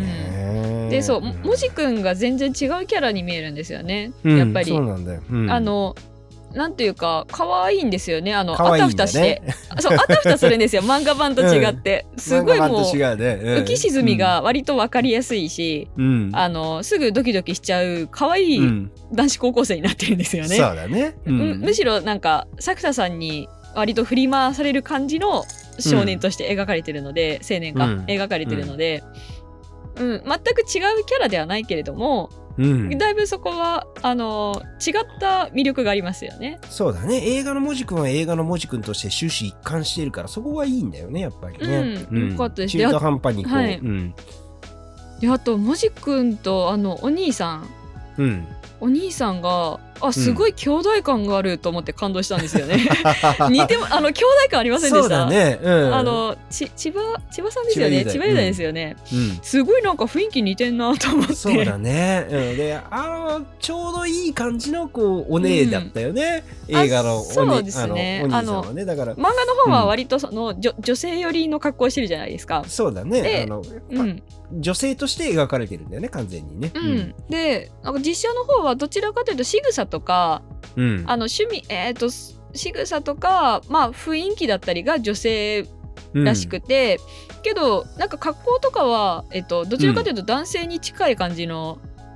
でそうもじくんが全然違うキャラに見えるんですよね、うん、やっぱりそうなんだよ、うん、 あのなんていうか可愛いんですよね。あのあたふたして、そうあたふたするんですよ漫画版と違って、うん、すごいもう、ねうん、浮き沈みが割と分かりやすいし、うん、あのすぐドキドキしちゃう可愛い男子高校生になってるんですよね、 そうだね、 うん、むしろなんか作田さんに割と振り回される感じの少年として描かれてるので、青年が描かれてるので、うん、全く違うキャラではないけれどもうん、だいぶそこはあの違った魅力がありますよね。 そうだね。映画のもじくんは映画のもじくんとして終始一貫しているからそこはいいんだよねやっぱりね、 うんうん、よかったです。 中途半端にこう、はいうん、 であともじくんとあのお兄さん、うん、お兄さんがあすごい兄弟感があると思って感動したんですよね、うん、似てもあの兄弟感ありませんでした？ そうだね、うん、 あのち千葉千葉さんですよね千葉雄大ですよね、うん、すごいなんか雰囲気似てんなと思って。 そうだね、うん、であのちょうどいい感じのこうお姉だったよね、うん、映画のお、 そうですね、 あのお兄さんはね。だから漫画の方は割とその、うん、女性寄りの格好をしてるじゃないですか。 そうだね、あの、うん、女性として描かれてるんだよね完全にね、 うんうん、でなんか実写の方はどちらかというと仕草とか、うん、あの趣味えっ、ー、と仕草とかまあ雰囲気だったりが女性らしくて、うん、けどなんか格好とかは、えっと、どちらかというと男性に近い感じの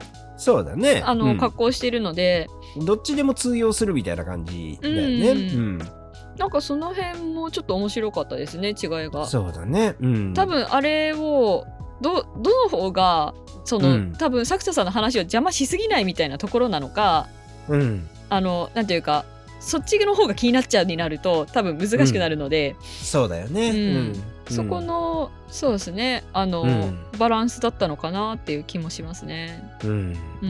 そうだね。 あの、 うん、 格好してるので、 どっちでも通用するみたいな感じだよね。 うんうん。 なんかその辺もちょっと面白かったですね、違いが。 そうだね。うん。 多分あれをどどの方がその、うん、多分作者さんの話を邪魔しすぎないみたいなところなのか、 うん、 あのなんていうかそっちの方が気になっちゃうになると多分難しくなるので、 うん、そうだよね、うんうん、そこのそうですねあの、うん、バランスだったのかなっていう気もしますね。 うん、 うん、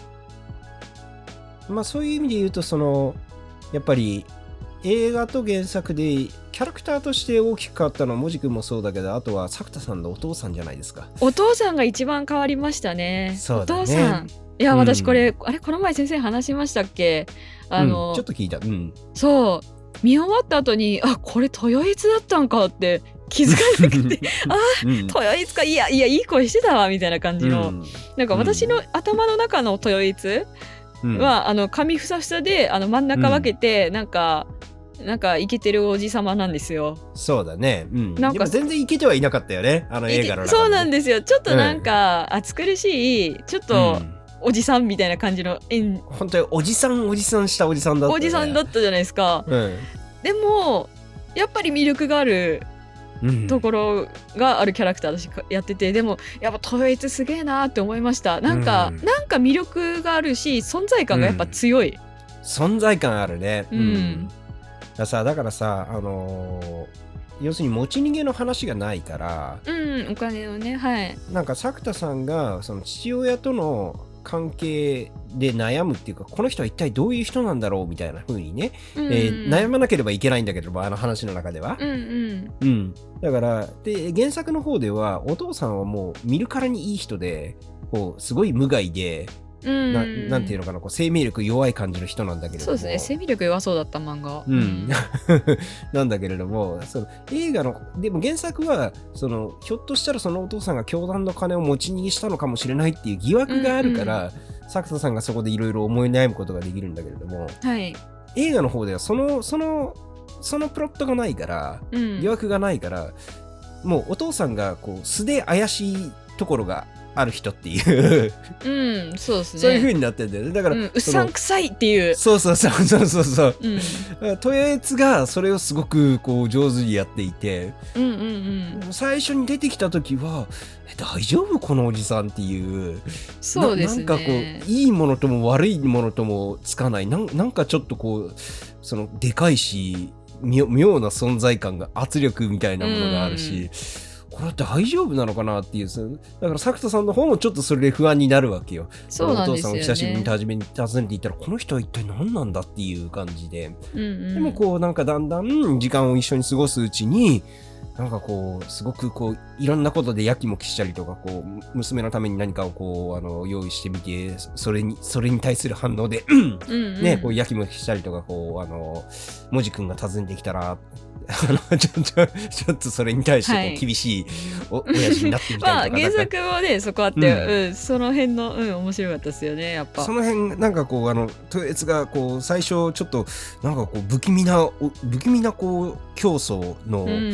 まあそういう意味で言うとそのやっぱり映画と原作でキャラクターとして大きく変わったのはもじくんもそうだけど、あとは作田さんのお父さんじゃないですか。 お父さんが一番変わりましたね。 そうだね。 お父さんいや、うん、私これあれこの前先生話しましたっけ、あの、 うん、ちょっと聞いた、うん、 そう見終わった後にあこれ豊悦だったんかって気づかなくてあ、うん、豊悦かいやいやいい声してたわみたいな感じの、うん、なんか私の頭の中の豊悦は、うん、あの髪ふさふさであの真ん中分けて、うん、なんかなんかイケてるおじさまなんですよ。 そうだね、うん、なんか全然イケてはいなかったよね、あの映画の中で。 そうなんですよ、ちょっとなんか、うん、暑苦しいちょっと、うんおじさんみたいな感じの本当におじさんおじさんしたおじさんだった、ね、 おじさんだったじゃないですか、 うん、 でもやっぱり魅力があるところがあるキャラクター私やってて、でもやっぱ豊悦すげえなって思いました。なんか、うん、なんか魅力があるし存在感がやっぱ強い、 うん、存在感あるね、 うん、うん、 ださだからさあのー、要するに持ち逃げの話がないから、 うん、お金をね、はい、 なんか作田さんがその父親との関係で悩むっていうか、この人は一体どういう人なんだろうみたいな風にね、うんうんえー、悩まなければいけないんだけども、あの話の中では、 うんうんうん、だからで原作の方ではお父さんはもう見るからにいい人でこうすごい無害で、うん、な, なんていうのかなこう生命力弱い感じの人なんだけれども、 そうですね、生命力弱そうだった漫画、 うん、なんだけれどもその映画のでも原作はそのひょっとしたらそのお父さんが教団の金を持ち逃げしたのかもしれないっていう疑惑があるから、うんうん、作田さんがそこでいろいろ思い悩むことができるんだけれども、 はい、 映画の方ではそのそのそのプロットがないから、うん、疑惑がないからもうお父さんがこう素で怪しいところがある人っていううん、そうですね。 そういう風になってるんだよね。だから、うん、 うさんくさいっていう。 そうそうそうそうそうそう。うん、豊悦がそれをすごくこう上手にやっていて、 うんうんうん、 最初に出てきた時はえ大丈夫このおじさんっていう。 そうですね。 な, なんかこういいものとも悪いものともつかないな。なんかちょっとこうそのでかいし妙な存在感が圧力みたいなものがあるし。うんこれは大丈夫なのかなっていう、だから作田さんの方もちょっとそれで不安になるわけよ。 そうなんですよね。 お父さんを久しぶりに初めに訪ねていったらこの人は一体何なんだっていう感じで、 うんうん、 でもこうなんかだんだん時間を一緒に過ごすうちになんかこうすごくこういろんなことでやきもきしたりとかこう娘のために何かをこうあの用意してみてそれにそれに対する反応でうんうん、ねこうやきもきしたりとかこうあのもじくんが訪ねてきたらあのちょちょちょっとそれに対してこう厳しいお、はい、親父になってみたりとかまあ原作もねそこあって、うんうん、その辺の、うん、面白かったですよねやっぱその辺なんかこうあの豊悦がこう最初ちょっとなんかこう不気味な不気味なこう競争の、うんうん、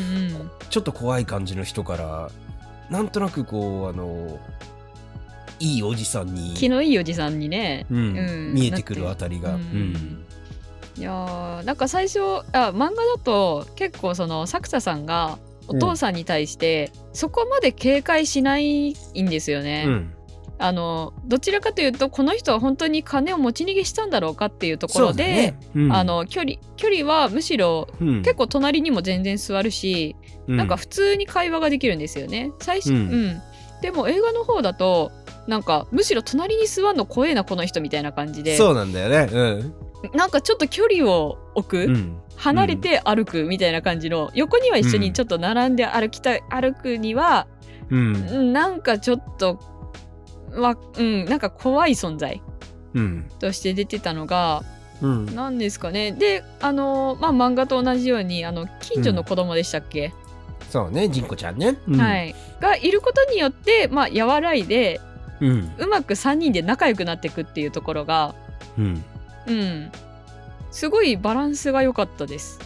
ちょっと怖い感じの人からなんとなくこうあのいいおじさんに気のいいおじさんにね、 うんうん、見えてくるあたりが、うんうんいやなんか最初あ漫画だと結構その作田さんがお父さんに対してそこまで警戒しないんですよね、うん、あのどちらかというとこの人は本当に金を持ち逃げしたんだろうかっていうところで、ねうん、あの距離距離はむしろ結構隣にも全然座るし、うん、なんか普通に会話ができるんですよね最初、うんうん、でも映画の方だとなんかむしろ隣に座るの怖えなこの人みたいな感じでそうなんだよねうんなんかちょっと距離を置く、うん、離れて歩くみたいな感じの、うん、横には一緒にちょっと並んで歩きたい、歩くには、うん、なんかちょっとわ、うん、なんか怖い存在として出てたのが、うん、なんですかねであのまあ漫画と同じようにあの近所の子供でしたっけ、 うん、そうねジンコちゃんね、 うん、はいがいることによってまあ和らいで、うん、うまくさんにんで仲良くなっていくっていうところがうんうん、すごいバランスが良かったです。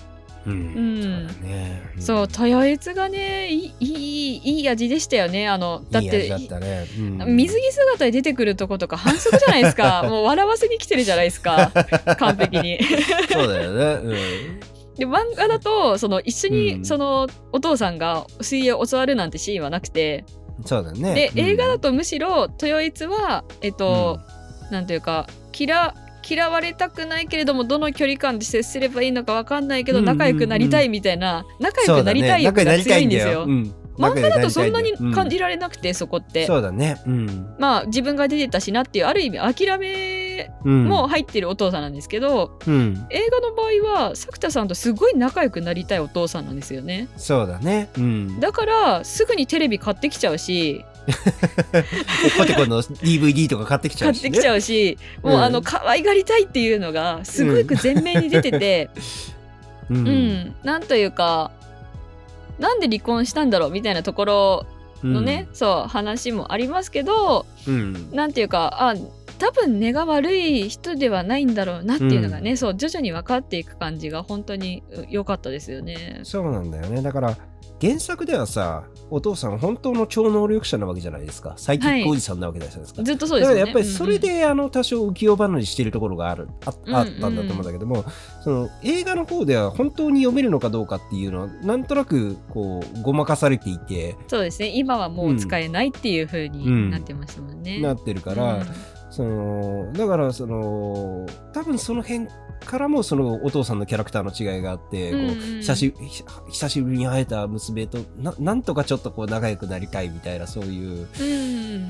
うん、 うんそうだね、うん、 そう豊悦がねいいいいいい味でしたよね。あのだっていい味だったね、うん、 水着姿で出てくるとことか反則じゃないですかもう笑わせに来てるじゃないですか完璧にそうだよね、うんで漫画だとその一緒うんにそのお父さんが水泳を教わるなんてシーンはなくて、 そうだね。 で、 うん、 映画だとむしろ豊悦はえっと、うん、なんていうか嫌嫌われたくないけれどもどの距離感で接すればいいのか分かんないけど仲良くなりたいみたいな、うんうんうん、仲良くなりたい欲が強いんですよ。漫画だとそんなに感じられなくて、うん、そこってそうだね、うん、 まあ自分が出てたしなっていうある意味諦めも入ってるお父さんなんですけど、うん、映画の場合は作田さんとすごい仲良くなりたいお父さんなんですよね。 そうだね、うん、 だからすぐにテレビ買ってきちゃうしコテコの ディーブイディー とか買ってきちゃうし、ね、 買ってきちゃうしもう、うん、あの可愛がりたいっていうのがすごく前面に出てて、うんうん、なんというかなんで離婚したんだろうみたいなところのね、うん、そう話もありますけど、うん、なんていうかあ多分根が悪い人ではないんだろうなっていうのがね、うん、そう徐々に分かっていく感じが本当に良かったですよね。 そうなんだよね。だから原作ではさお父さん本当の超能力者なわけじゃないですか。サイキックおじさんなわけじゃないですか、はい、 ずっとそうですよね。 だからやっぱりそれで、うんうん、あの多少浮世離れしてるところがある あ, あったんだと思うんだけども、うんうん、その映画の方では本当に読めるのかどうかっていうのはなんとなくこうごまかされていて、 そうですね今はもう使えないっていう風になってましたもんね、 うんうん、なってるから、うん、そのだからその多分その辺からもそのお父さんのキャラクターの違いがあって、うんうん、こう 久し、久しぶりに会えた娘と な, なんとかちょっとこう仲良くなりたいみたいなそういう、うん、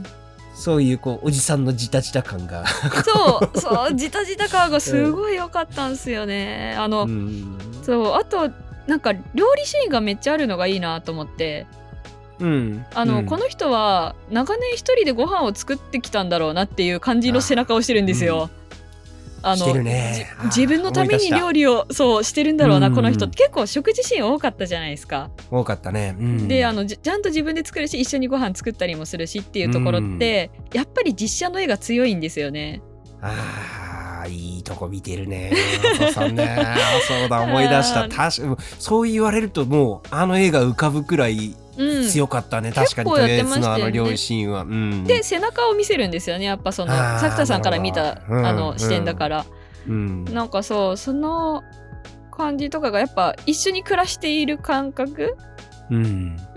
そういうこうおじさんのジタジタ感がそうそうジタジタ感がすごい良かったんですよね。あの、うん、そうあとなんか料理シーンがめっちゃあるのがいいなと思って、うん、あの、うん、この人は長年一人でご飯を作ってきたんだろうなっていう感じの背中をしてるんですよ。あのね、 自分のために料理をそうしてるんだろうな、うん、この人結構食事シーン多かったじゃないですか。 多かったね、うん、 であの ち, ちゃんと自分で作るし一緒にご飯作ったりもするしっていうところって、うん、やっぱり実写の絵が強いんですよね。 あーいいとこ見てるねお父さんねそうだ思い出した。確かそう言われるともうあの絵が浮かぶくらい強かったね、うん、確かにとりあえずのあの料理シーンは、うん、 で背中を見せるんですよねやっぱその作田さんから見たあの、うん、視点だから、うん、なんかそうその感じとかがやっぱ一緒に暮らしている感覚、うんうん、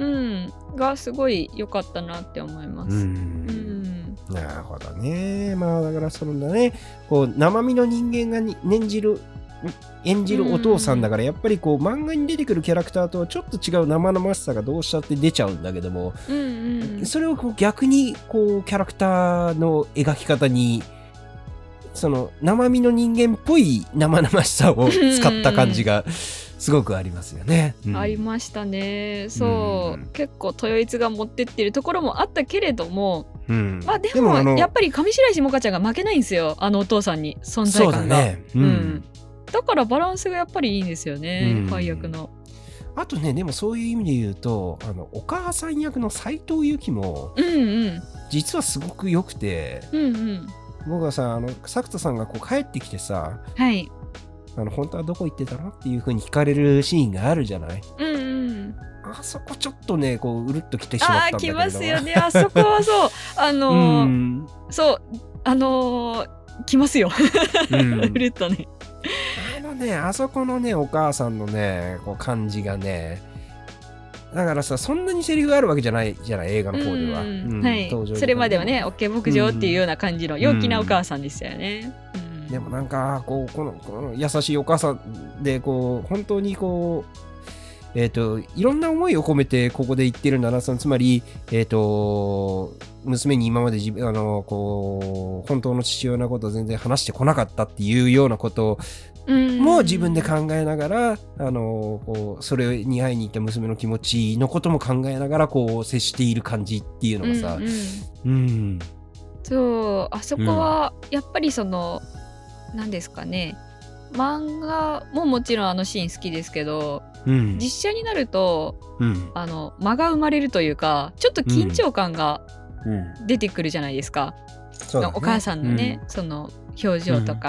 がすごい良かったなって思います、うんうん、なるほどね。まあだからそのねこう生身の人間がに念じる演じるお父さんだからやっぱりこう漫画に出てくるキャラクターとはちょっと違う生々しさがどうしたって出ちゃうんだけども、うんうん、それをこう逆にこうキャラクターの描き方にその生身の人間っぽい生々しさを使った感じがすごくありますよね、 うん、ありましたね。そう、うん、結構豊悦が持ってってるところもあったけれども、うん、まあで も, でもやっぱり上白石萌歌ちゃんが負けないんですよあのお父さんに存在感が。そうだね、うんうんだからバランスがやっぱりいいんですよね、配役の。 あとねでもそういう意味で言うとあのお母さん役の斉藤由貴も、うんうん、実はすごく良くて、うんうん、僕はさあの作田さんがこう帰ってきてさ、はい、あの本当はどこ行ってたのっていう風に聞かれるシーンがあるじゃない、うんうん、あそこちょっとねこううるっときてしまったんだけど。あ来ますよねあそこはそうあのーうん、そうあのー、来ますよ、うん、うるっとねあのね、あそこのね、お母さんのね、こう感じがね、だからさ、そんなにセリフがあるわけじゃないじゃない、映画の方では。うんうん、はい。それまではね、OK 牧場っていうような感じの陽気なお母さんでしたよね。うんうん、 でもなんか、こう、この、この優しいお母さんで、こう、本当にこう、えっと、いろんな思いを込めてここで言ってるんだな、そのつまり、えっと、娘に今まで自分、あの、こう、本当の父親のことを全然話してこなかったっていうようなことも自分で考えながら、あの、こう、それに会いに行った娘の気持ちのことも考えながら、こう、接している感じっていうのがさ、うん、うん。 そう、あそこは、やっぱりその、うん、何ですかね、漫画ももちろんあのシーン好きですけど、うん、実写になると、うん、あの間が生まれるというかちょっと緊張感が出てくるじゃないですか、うんうん、お母さんのね、うん、その表情とか、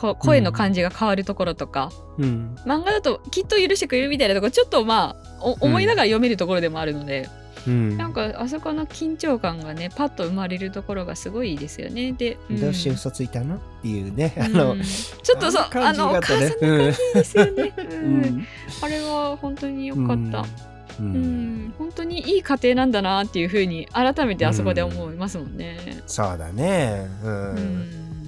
こ声の感じが変わるところとか、 うん、 漫画だときっと許してくれるみたいなところちょっとまあお思いながら読めるところでもあるので、うん、なんかあそこの緊張感がねパッと生まれるところがすごいいいですよね。で、 うん、どうして嘘ついたのっていうね、あの、 うん、ちょっとそうあのお母さんの感じですよね、うんうん、あれは本当に良かった、うんうん、本当にいい家庭なんだなっていう風に改めてあそこで思いますもんね、 うん、そうだね、うんうん、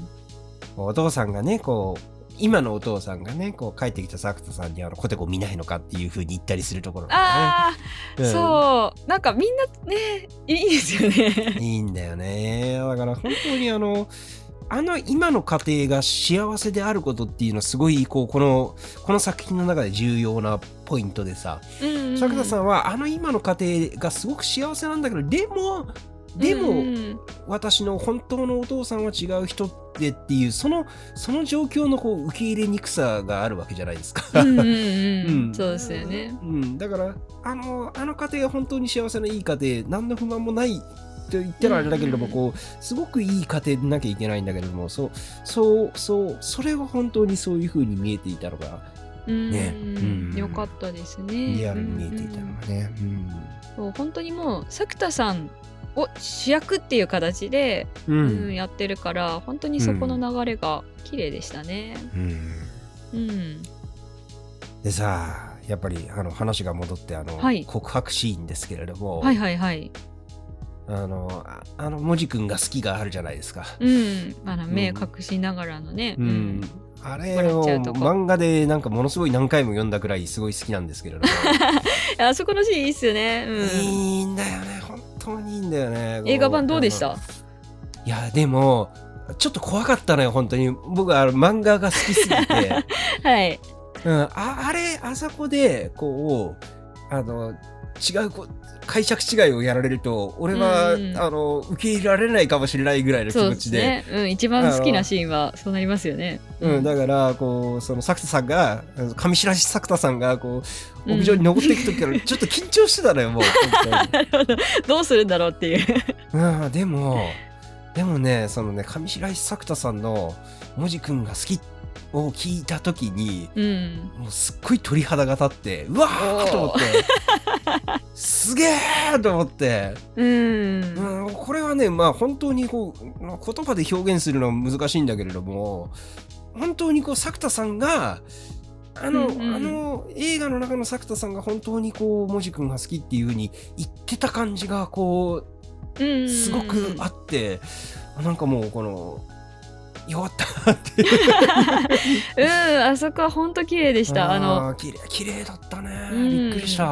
お父さんがねこう今のお父さんがねこう帰ってきた作田さんにあのコテコ見ないのかっていう風に言ったりするところがね、 ああ、うん、そうなんかみんなねいいですよねいいんだよね。だから本当にあのあの今の家庭が幸せであることっていうのはすごいこうこのこの作品の中で重要なポイントでさ、うんうん、作田さんはあの今の家庭がすごく幸せなんだけどでもでも、うんうん、私の本当のお父さんは違う人でっていうそのその状況のこう受け入れにくさがあるわけじゃないですか。 うんうんうんうん、そうですよね、 うん、だからあのあの家庭が本当に幸せないい家庭何の不満もないと言ったらあれだけれども、うんうん、こうすごくいい家庭でなきゃいけないんだけれどもそうそうそうそれは本当にそういう風に見えていたのがね、 うん、よかったですね。 リアルに見えていたのがね、うんうん、 そう本当にもう作田さんを主役っていう形で、うんうん、やってるから本当にそこの流れが綺麗でしたね、うんうん、 でさやっぱりあの話が戻ってあの、はい、告白シーンですけれども、 はいはいはい、 あのあのもじくんが好きがあるじゃないですか、 うん、あの目隠しながらのね、 うんうん、あれを漫画でなんかものすごい何回も読んだくらいすごい好きなんですけれどもあそこのシーンいいっすよね、うん、 いいんだよね本当にいいんだよね。 映画版どうでした？ いやでもちょっと怖かったのよ本当に。僕は漫画が好きすぎてはい、 うん、あ, あれあそこでこうあの違うこう解釈違いをやられると俺は、うん、あの受け入れられないかもしれないぐらいの気持ち で, で、ねうん、一番好きなシーンはそうなりますよね、 うん、だからこうその作田さんが上白石作田さんがこう屋上に登っていく時からちょっと緊張してたのよもうなるほどどうするんだろうっていう、 うん、でもでもねそのね上白石作田さんのもじくんが好きを聞いた時に、うん、もうすっごい鳥肌が立ってうわーと思ってすげーと思って、うんうん、これはねまあ本当にこう言葉で表現するのは難しいんだけれども本当にこう作田さんがあの、うんうん、あの映画の中の作田さんが本当にこうもじくんが好きっていう風に言ってた感じがこう、うんうん、すごくあってなんかもうこのよかったってうんあそこは本当綺麗でした。あの綺麗綺麗だったね、うん、びっくりした。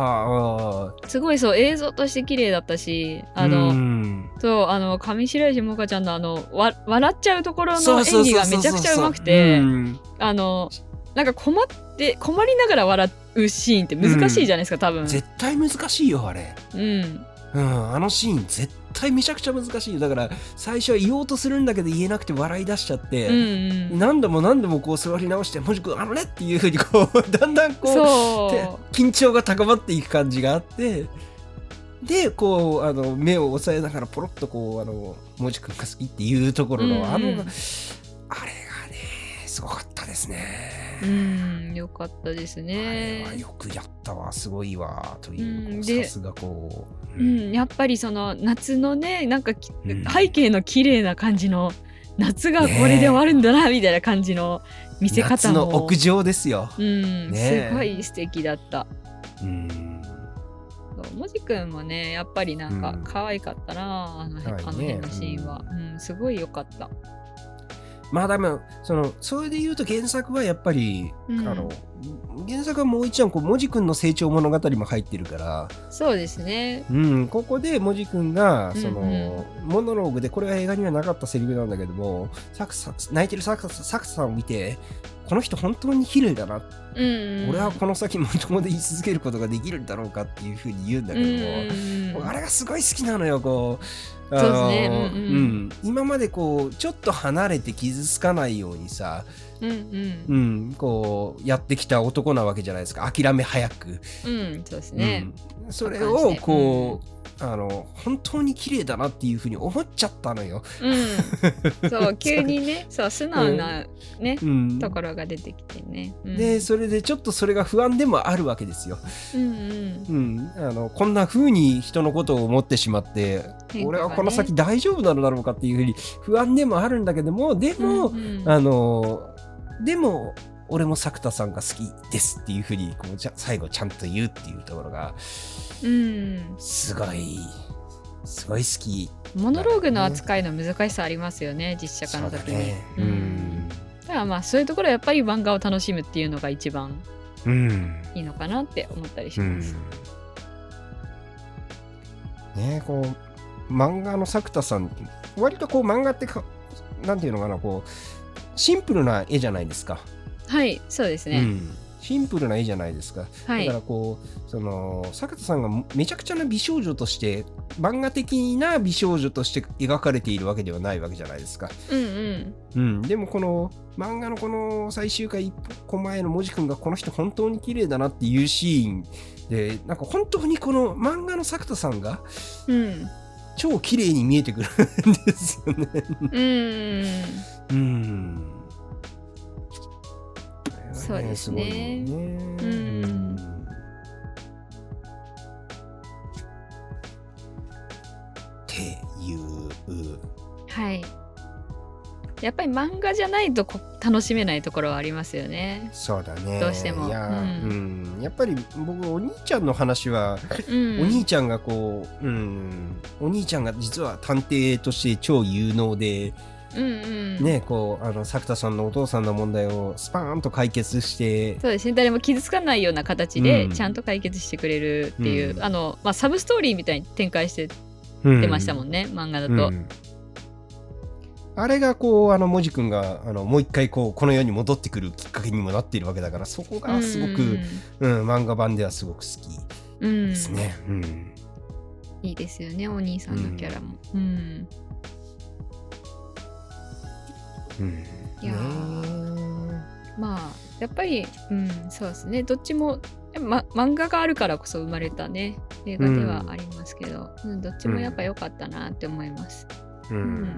すごいそう映像として綺麗だったしあの、うん、そうあの上白石萌歌ちゃんのあのわ笑っちゃうところの演技がめちゃくちゃうまくてあのなんか困って困りながら笑うシーンって難しいじゃないですか、うん、多分絶対難しいよあれ、うんうん、あのシーン絶対めちゃくちゃ難しいよ。だから最初は言おうとするんだけど言えなくて笑い出しちゃって、うんうん、何度も何度もこう座り直してもじくんあのねっていう風にこうだんだんこう緊張が高まっていく感じがあってでこうあの目を押さえながらポロッとこうあのもじくんが好きっていうところの、うんうん、あのあれがねすごかったですね。 うんよかったですね。 あれはよくやったわすごいわというさすがこう、うんうん、やっぱりその夏のねなんか、うん、背景の綺麗な感じの夏がこれで終わるんだな、ね、みたいな感じの見せ方も夏の屋上ですよ、 うんね、すごい素敵だった。うんもじくんもねやっぱりなんか可愛かったな、あの辺、あの辺のシーンは、うんうん、すごい良かった。 まあでもそのそれで言うと原作はやっぱり、うん、あの原作はもう一段こうもじくんの成長物語も入ってるからそうですね、 うん、ここでもじくんがその、うんうん、モノローグでこれは映画にはなかったセリフなんだけどもサクサ泣いてるサクサクさんを見てこの人本当に綺麗だな、うんうん、俺はこの先も友で言い続けることができるんだろうかっていうふうに言うんだけども、うんうん、あれがすごい好きなのよこうあそうですのね。うんうんうん今までこうちょっと離れて傷つかないようにさ、 うんうんうん、こうやってきた男なわけじゃないですか。諦め早く、 うんそうですね。 うん、それをこう、あの本当に綺麗だなっていうふうに思っちゃったのよ。 うん、そう急にねそう素直なね、 うん、 ところが出てきてね。うん、 でそれでちょっとそれが不安でもあるわけですよ。 うんうんうん、あのこんな風に人のことを思ってしまって、 変化がね俺はこの先大丈夫なのだろうかっていうふうに不安でもあるんだけども、でも、 うんうんあのでも俺も作田さんが好きですっていうふうにこうじゃ最後ちゃんと言うっていうところがうんすごいすごい好き。 モノローグの扱いの難しさありますよね、実写化の時に。 そうだね。 ううんん、 だからまあそういうところはやっぱり漫画を楽しむっていうのが一番うんいいのかなって思ったりしうんます。 ねこう漫画の作田さん割とこう漫画ってかなんていうのかなこうシンプルな絵じゃないですか。 はいそうですね。 うん、シンプルな絵じゃないですか。 はいだからこうその作田さんがめちゃくちゃな美少女として漫画的な美少女として描かれているわけではないわけじゃないですか。 うんうんうん、でもこの漫画のこの最終回一個前のもじくんがこの人本当に綺麗だなっていうシーンでなんか本当にこの漫画の作田さんがうん超綺麗に見えてくるんですよね。 うんうん。 そうですねごいよね。 うんっていう。 はいやっぱり漫画じゃないとこ楽しめないところはありますよね。 そうだね。 どうしてもいや、 ううんん、やっぱり僕お兄ちゃんの話は、 うん、 お兄ちゃんがこう、うん、お兄ちゃんが実は探偵として超有能で、 うんうん、 ね、こうあの作田さんのお父さんの問題をスパーンと解決して、 そうですね誰も傷つかないような形でうんちゃんと解決してくれるっていう、 うんあのまあ、サブストーリーみたいに展開してうん出ましたもんね、漫画だと。 うんあれがこうあのもじくんがあのもう一回こうこの世に戻ってくるきっかけにもなっているわけだから、そこがすごく、うん漫画版ではすごく好きうんですね。うんいいですよねお兄さんのキャラも。うんうんいやーねまあやっぱり、うん、そうですねどっちも、ま、漫画があるからこそ生まれたね映画ではありますけど、うんどっちもやっぱ良かったなって思います。 うんうん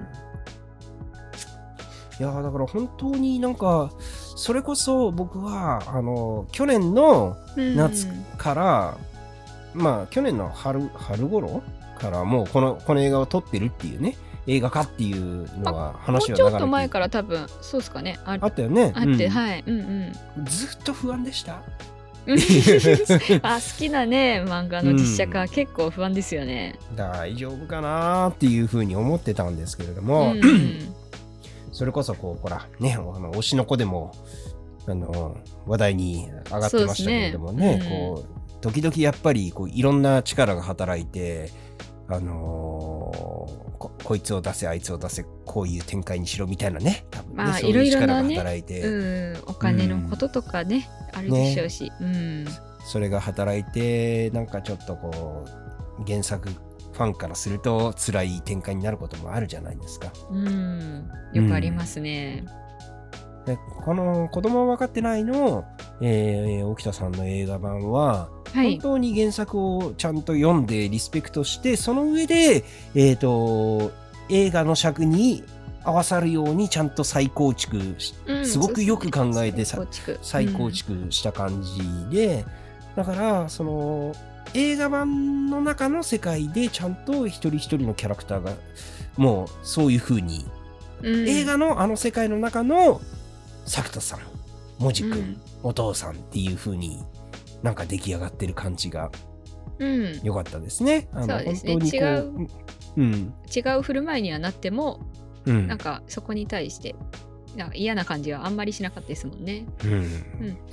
いやーだから本当になんかそれこそ僕はあの去年の夏から、まあ去年の春春頃からもうこのこの映画を撮ってるっていうね映画化っていうのは話は流れてもうちょっと前から多分そうですかねああったよね。 あって、 うんはいうんうんずっと不安でした。 あ好きなね漫画の実写化、うん、結構不安ですよね。 大丈夫かなっていうふうに思ってたんですけれども、うん、それこそこうほらねあの推しの子でもあの話題に上がってましたけれども ね, ね、うん、こう時々やっぱりこういろんな力が働いてあのー、こ, こいつを出せあいつを出せこういう展開にしろみたいなね多分ね、 まあ、 そういう力が働いて、 いろいろなね、うん、お金のこととかね、うん、あるでしょうし、ねうん、 それが働いてなんかちょっとこう原作ファンからすると辛い展開になることもあるじゃないですか。 うんよくありますね。 うん、でこの子供は分かってないの、えー、沖田さんの映画版ははい、本当に原作をちゃんと読んでリスペクトしてその上で、えーと、映画の尺に合わさるようにちゃんと再構築、うん、すごくよく考えて再構築、再構築した感じで、うん、だからその映画版の中の世界でちゃんと一人一人のキャラクターがもうそういう風に、うん、映画のあの世界の中の作田さん、もじくん、うん、お父さんっていう風になんか出来上がってる感じが良かったですね。 うん、あのそうですね。本当にこう、違う、うん、違う振る舞いにはなっても、うん、なんかそこに対してなんか嫌な感じはあんまりしなかったですもんね。 うんうん、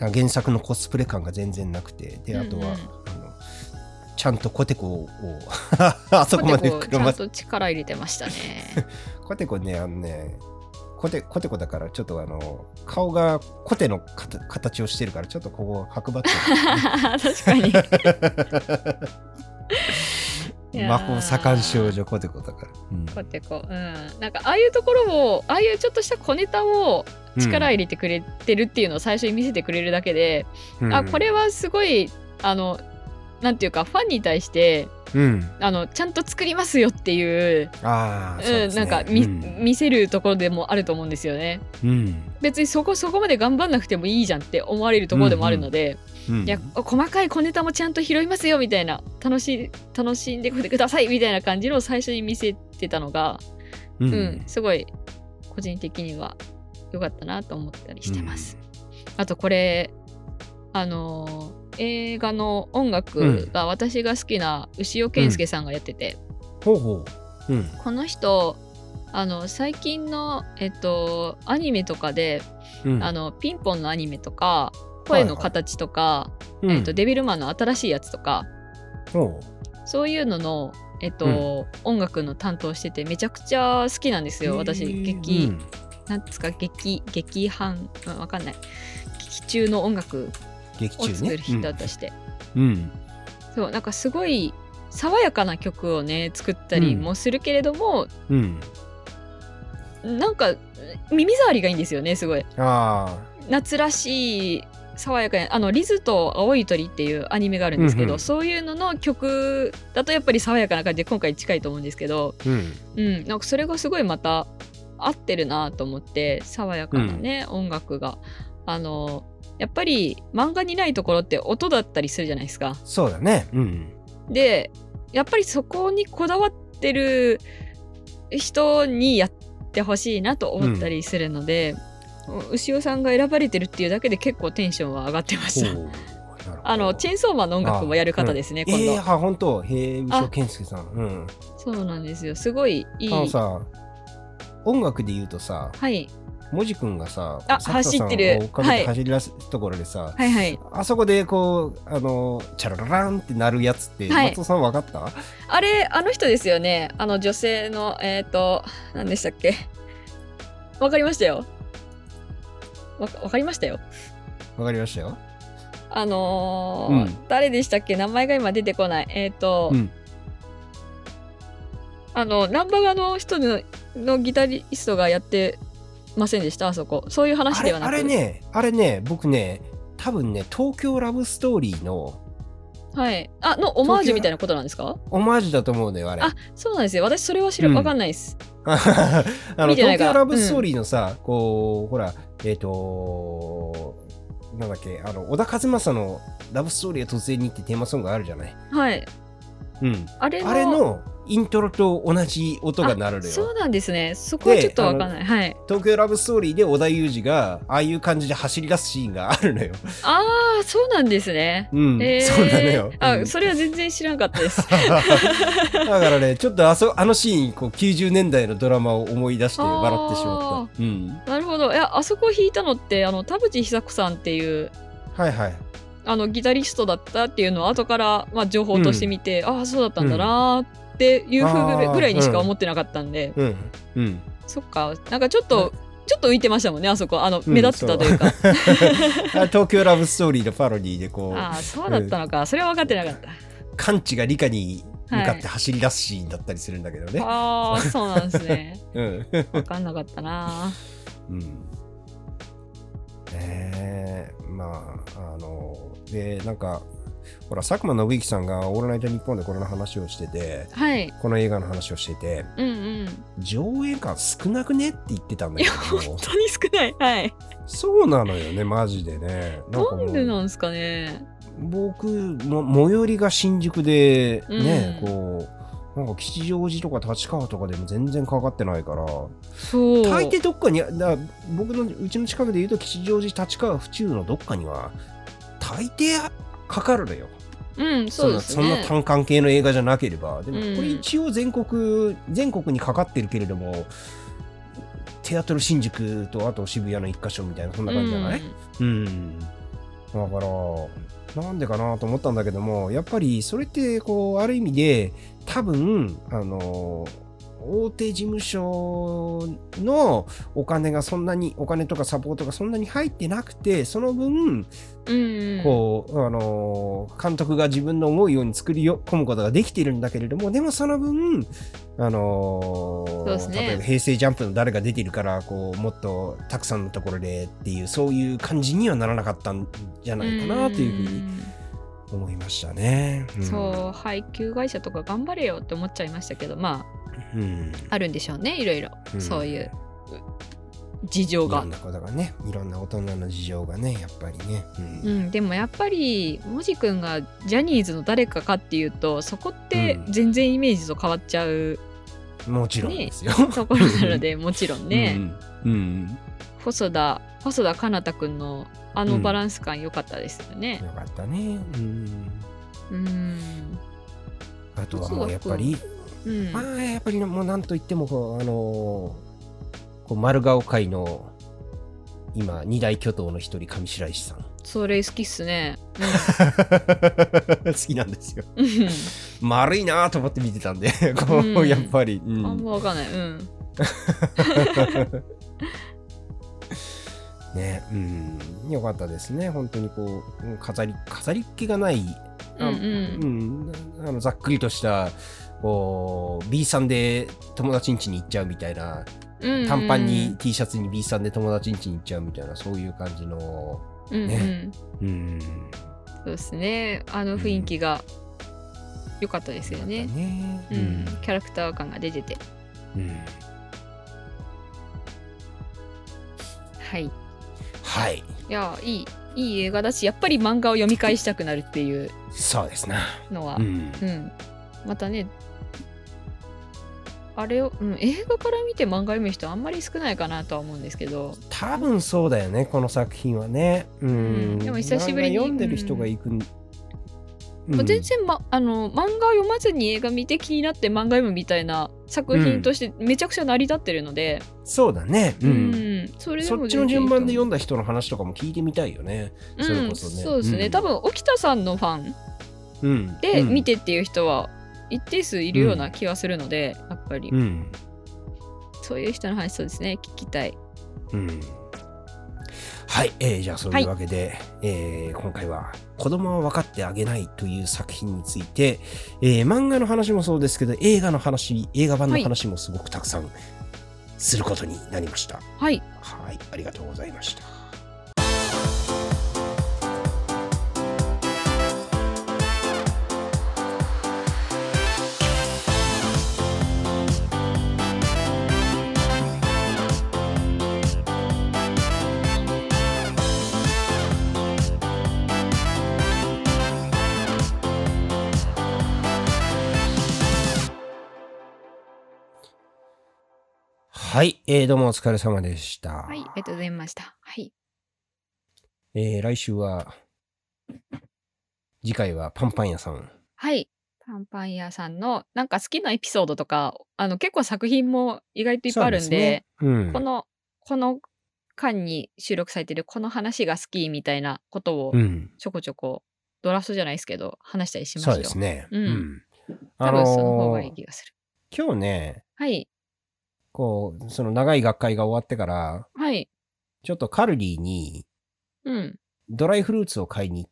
原作のコスプレ感が全然なくて、であとは、うんうん、あのちゃんとコテコをあそこまで膨らませちゃんと力入れてましたね。 コテコねあのね。コテコテコだからちょっとあの顔がコテの形をしてるからちょっとここ角張ってる、ね、 確かにいやー魔法盛ん少女コテコだから。うんこうやってこう、うん、なんかああいうところをああいうちょっとした小ネタを力入れてくれてるっていうのを最初に見せてくれるだけで、 うんあこれはすごいあのなんていうかファンに対してうん。 あのちゃんと作りますよっていう、 ああ、そううん、 ですね。 なんかみ、 うん見せるところでもあると思うんですよね。 うん。 別にそこそこまで頑張んなくてもいいじゃんって思われるところでもあるので、 うんいや細かい小ネタもちゃんと拾いますよみたいな楽し楽しんでくださいみたいな感じのを最初に見せてたのが、 ううんん、すごい個人的には良かったなと思ったりしてます。あとこれあのー映画の音楽が私が好きな牛尾健介さんがやってて、 ほうほう。うん。 この人あの最近の、えっと、アニメとかで、 うんあのピンポンのアニメとか声の形とか、 うんえっと、デビルマンの新しいやつとかほそういうのの、えっと音楽の担当しててめちゃくちゃ好きなんですうよ私。 へー劇、 うんなんですか劇劇伴、うん、わかんない劇中の音楽劇中ねを作る。人として、 うん。 そうなんかすごい爽やかな曲をね作ったりもするけれども、 うん。 なんか耳障りがいいんですよねすごいあ夏らしい爽やかなあのリズと青い鳥っていうアニメがあるんですけど、 うんうんそういうのの曲だとやっぱり爽やかな感じで今回近いと思うんですけど、 あ。うん。 うん、なんかそれがすごいまた合ってるなと思って爽やかなね、音楽があのやっぱり漫画にないところって音だったりするじゃないですか。 そうだね。うん。 でやっぱりそこにこだわってる人にやってほしいなと思ったりするので、牛尾さんが選ばれてるっていうだけで結構テンションは上がってました。 ほうなるほどあのチェーンソーマンの音楽もやる方ですね、今度、 ええー、あ、本当。へえ、牛尾健介さん。うん。 そうなんですよすごいいい。 あのさ、音楽で言うとさ、 はいもじくんがさ、 あサクタさん走ってるを追っかけて走り出すところでさ、 はいはいあそこでこう、あの、チャララランってなるやつって、 はい松尾さん分かった？ あれあの人ですよねあの女性のえっ、ー、と何でしたっけわかりましたよわわかりましたよわかりましたよ。 あのーうん誰でしたっけ名前が今出てこないえっ、ー、と、 うん。 あのナンバガの人ののギタリストがやってませんでしたあそこそういう話あれ、 ではなくあれね、あれね、僕ね、多分ね、東京ラブストーリーのはいあのオマージュみたいなことなんですか？ オマージュだと思うのよ、あれ。 あそうなんですよ私それは知ら、 うんわかんないですあの見てないから東京ラブストーリーのさ、こう、ほら、えっ、となんだっけ、あの、小田和正のラブストーリーが突然にってテーマソングあるじゃない。 はいうん。 あれのあれのイントロと同じ音が鳴るのよ。 そうなんですねそこはちょっとわかんないはい東京ラブストーリーで織田裕二がああいう感じで走り出すシーンがあるのよ。 ああそうなんですねうん、 へーそうなのよ。 あ、 うんそれは全然知らなかったですだからね、ちょっとあそあのシーンこうきゅうじゅうねんだいのドラマを思い出して笑ってしまった。うん。 なるほどいやあそこ弾いたのってあの田淵久子さんっていうはいはい。 あのギタリストだったっていうのを後から、まあ、情報として見て、ああそうだったんだなーっていうふうぐらいぐらいにしか思ってなかったんで、 うん。うん。 そっかなんかちょっと、ちょっと浮いてましたもんねあそこあの目立ってたというか、 あ東京ラブストーリーのパロディでこうああそうだったのか、それは分かってなかったカンチが理科に向かって走り出すシーンだったりするんだけどね。 ああそうなんですねうん。 分かんなかったなうん。えー、まああのでなんかほら佐久間信之さんが「オールナイトニッポン」でこれの話をしてて、 はいこの映画の話をしてて、 うんうん上映感少なくねって言ってたんだいやけども本当に少ないはいそうなのよねマジでね。なんかもなんでうなんですかね僕も最寄りが新宿でね、 うんこうなんか吉祥寺とか立川とかでも全然かかってないからそう大抵どっかにだ僕のうちの近くで言うと吉祥寺立川府中のどっかには大抵かかるのよ。 うんそうですねそんな単館系の映画じゃなければ。でもうんこれ一応全国全国にかかってるけれどもテアトル新宿とあと渋谷の一箇所みたいなそんな感じじゃない？ うんうん、だからなんでかなと思ったんだけどもやっぱりそれってこうある意味で多分あの大手事務所のお金がそんなに、お金とかサポートがそんなに入ってなくて、その分、 うんこう、あのー監督が自分の思うように作り込むことができているんだけれども、でもその分、あのーそうですね例えば平成ジャンプの誰が出てるから、こう、もっとたくさんのところでっていう、そういう感じにはならなかったんじゃないかなというふうに思いましたね。うん、 そう配給会社とか頑張れよって思っちゃいましたけど、まあ、 うん、 あるんでしょうね、いろいろ、 うん、 そういう事情が。 いろんなことがね、いろんな大人の事情がね、やっぱりね。 うん、うん、でもやっぱりもじくんがジャニーズの誰かかっていうと、そこって全然イメージと変わっちゃう、 うん、もちろんですよ、 ね、ところなのでもちろんね、 うんうん、 細田細田かなたくんのあのバランス感良かったですよね。 うん、よかったね。うん。 うん。 あとはもうやっぱり、 うん、 まあやっぱりもうなんといってもこうあのー、こう丸顔界の今二大巨頭の一人上白石さん。 それ好きっすね。 うん、好きなんですよ。丸いなと思って見てたんで、こう、うん、やっぱり。うん、 あんまわかんない。うん。 ね、うん、よかったですね。本当にこう飾り飾りっ気がない、あ、うんうんうん、あのざっくりとしたこう B さんで友達ん家に行っちゃうみたいな、うんうん、短パンに T シャツに B さんで友達ん家に行っちゃうみたいな、そういう感じのね、うんうん、 そうですね。あの雰囲気が良かったですよね。ね、うんうん、キャラクター感が出てて、うん、はい。 はい。 いや、いい、いい映画だし、やっぱり漫画を読み返したくなるっていうそうですね。 のは、うん、うん、またね、あれを、うん、映画から見て漫画読む人あんまり少ないかなとは思うんですけど、 多分そうだよね、この作品はね。うん。うん、 でも久しぶりに読んでる人が行く、うんうん、全然、ま、あの漫画を読まずに映画見て気になって漫画読むみたいな作品としてめちゃくちゃ成り立ってるので、 うん、そうだね、うん、うん、 それでもそっちの順番で読んだ人の話とかも聞いてみたいよね、うん、それこそね。 そうですね、うん、多分沖田さんのファンで見てっていう人は一定数いるような気がするので、やっぱり、うん、そういう人の話、そうですね、聞きたい。 うん、はい、えー、じゃあそういうわけで、はい、えー、今回は子供は分かってあげないという作品について、えー、漫画の話もそうですけど、映画の話、映画版の話もすごくたくさんすることになりました。 はい。 はい、ありがとうございました。はい、えー、どうもお疲れ様でした。 はい、ありがとうございました。はい。 えー、来週は、次回はパンパン屋さん。 はい、パンパン屋さんのなんか好きなエピソードとか、あの結構作品も意外といっぱいあるんで、 ね、うん、 このこの間に収録されてるこの話が好きみたいなことをちょこちょこ、ドラフトじゃないですけど話したりしますよ。 そうですね。 うん。うん、多分その方がいい気がする。 あのー、今日ね。 はい。 こう、その長い学会が終わってから、 はい。 ちょっとカルディに、 うん。 ドライフルーツを買いに行って、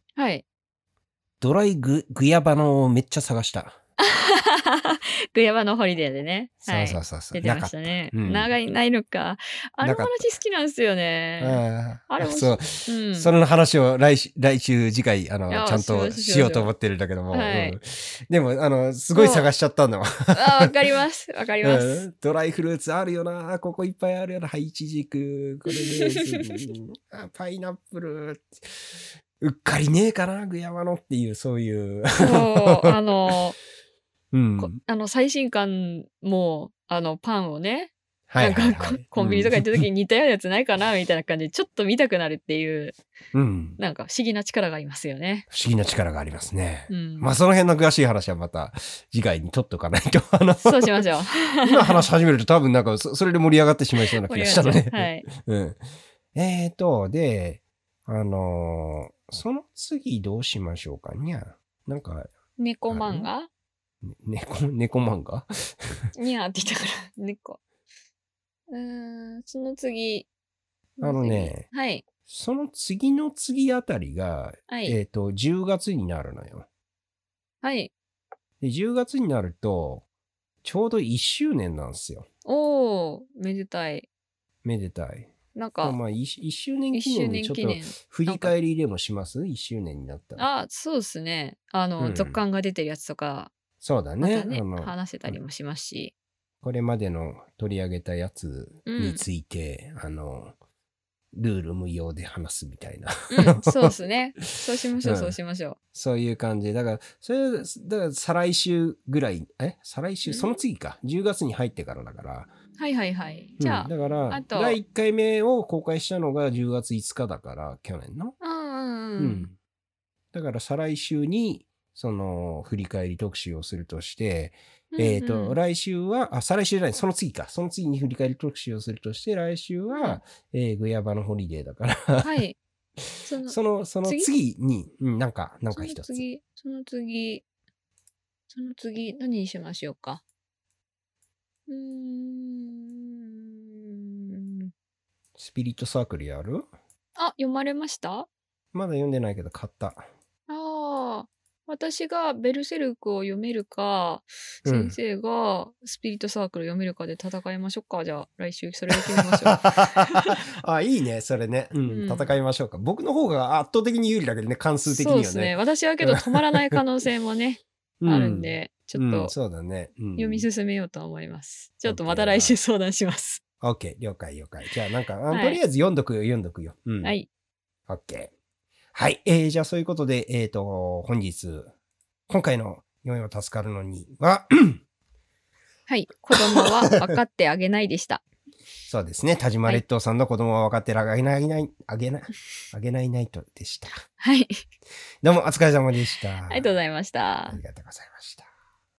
はい。 ドライグ、グヤバノをめっちゃ探した。 グヤバのホリデーでね。 はい、そうそうそう。 出てましたね。うん、長い、ないのか。あの話好きなんですよね。あれもそう、うん。その話を来週、来週次回、あの、ちゃんとしようと思ってるんだけども。はい、うん、でも、あの、すごい探しちゃったんだもん。 あ、わかります。わかります、うん。 ドライフルーツあるよな。ここいっぱいあるよな。ハイチジク。これね。パイナップル。うっかりねえかな、グヤバノっていう、そういう。 そう、あの、 うん、 あの最新刊もあのパンをね、 はいはいはい、 なんかコンビニとか行った時に似たようなやつないかなみたいな感じでちょっと見たくなるっていう、うん、なんか不思議な力がありますよね。 不思議な力がありますね。うん、まあその辺の詳しい話はまた次回に取っとかないと。あのそうしましょう。 今話し始めると多分なんか そ, それで盛り上がってしまいそうな気がしたので。 はい。 うん、えーとであのー、その次どうしましょうかにゃ。なんか猫漫画。 ね猫、猫漫画にゃーって言ったから、猫。うーん、その次。 あのね、 はい。 その次の次あたりが、 はい。 えっと、じゅうがつになるのよ。 はい。 で、じゅうがつになると、ちょうどいっしゅうねんなんですよ。 おー、めでたい。 めでたい。 なんか、 まあ、いっしゅうねん 1 記周念でちょっと年記念。 振り返りでもします ?いっ 周年になったら。 あ、そうですね。あの、 うん続刊が出てるやつとか、 そうだね。 またね、 あの話せたりもしますし。 これまでの取り上げたやつについて、あの、ルール無用で話すみたいな。 うん、そうですね。そうしましょう、 うんそうしましょう。 そういう感じ。だから、それ、だから再来週ぐらい、え再来週、 うんその次か。じゅうがつに入ってからだから。 はいはいはい。じゃあ、 うんだからあ、とだいいっかいめを公開したのがじゅうがついつかだから、去年の。 うんうんううん。 ん。だから再来週に、その、振り返り特集をするとして、 うんえっ、と、 うん来週は、あ、再来週じゃない、その次か。その次に振り返り特集をするとして、来週は、えーグヤバのホリデーだから。 はい。その、 その、その次に、うん、なんか、なんか一つ。 その次、その次、その次、何にしましょうか。うーん。 スピリットサークルやるあ、読まれました？ まだ読んでないけど買った。 ああ、私がベルセルクを読めるか、 うん先生がスピリットサークル読めるかで戦いましょうか。じゃあ、来週それを決めましょう。 あ、いいね、それね。うん、 うん戦いましょうか。僕の方が圧倒的に有利だけどね、関数的にはね。 そうですね。私はけど止まらない可能性もね、 うんあるんで、ちょっうん、 とそうだね。うん、 読み進めようと思います。ちょっとまた来週相談します。 OK、了解了解。じゃあなんか、あはいとりあえず読んどくよ、読んどくよ。うん。 は。い。 OK。はい。えー、じゃあそういうことで、えっ、と、本日、今回の読めば助かるのには、 はい。子供は分かってあげないでした。 そうですね。田島列島さんの子供は分かってるあげないない、あげない、あげないナイトでした。 はい。 どうもお疲れ様でした。 ありがとうございましたあ。りがとうございました。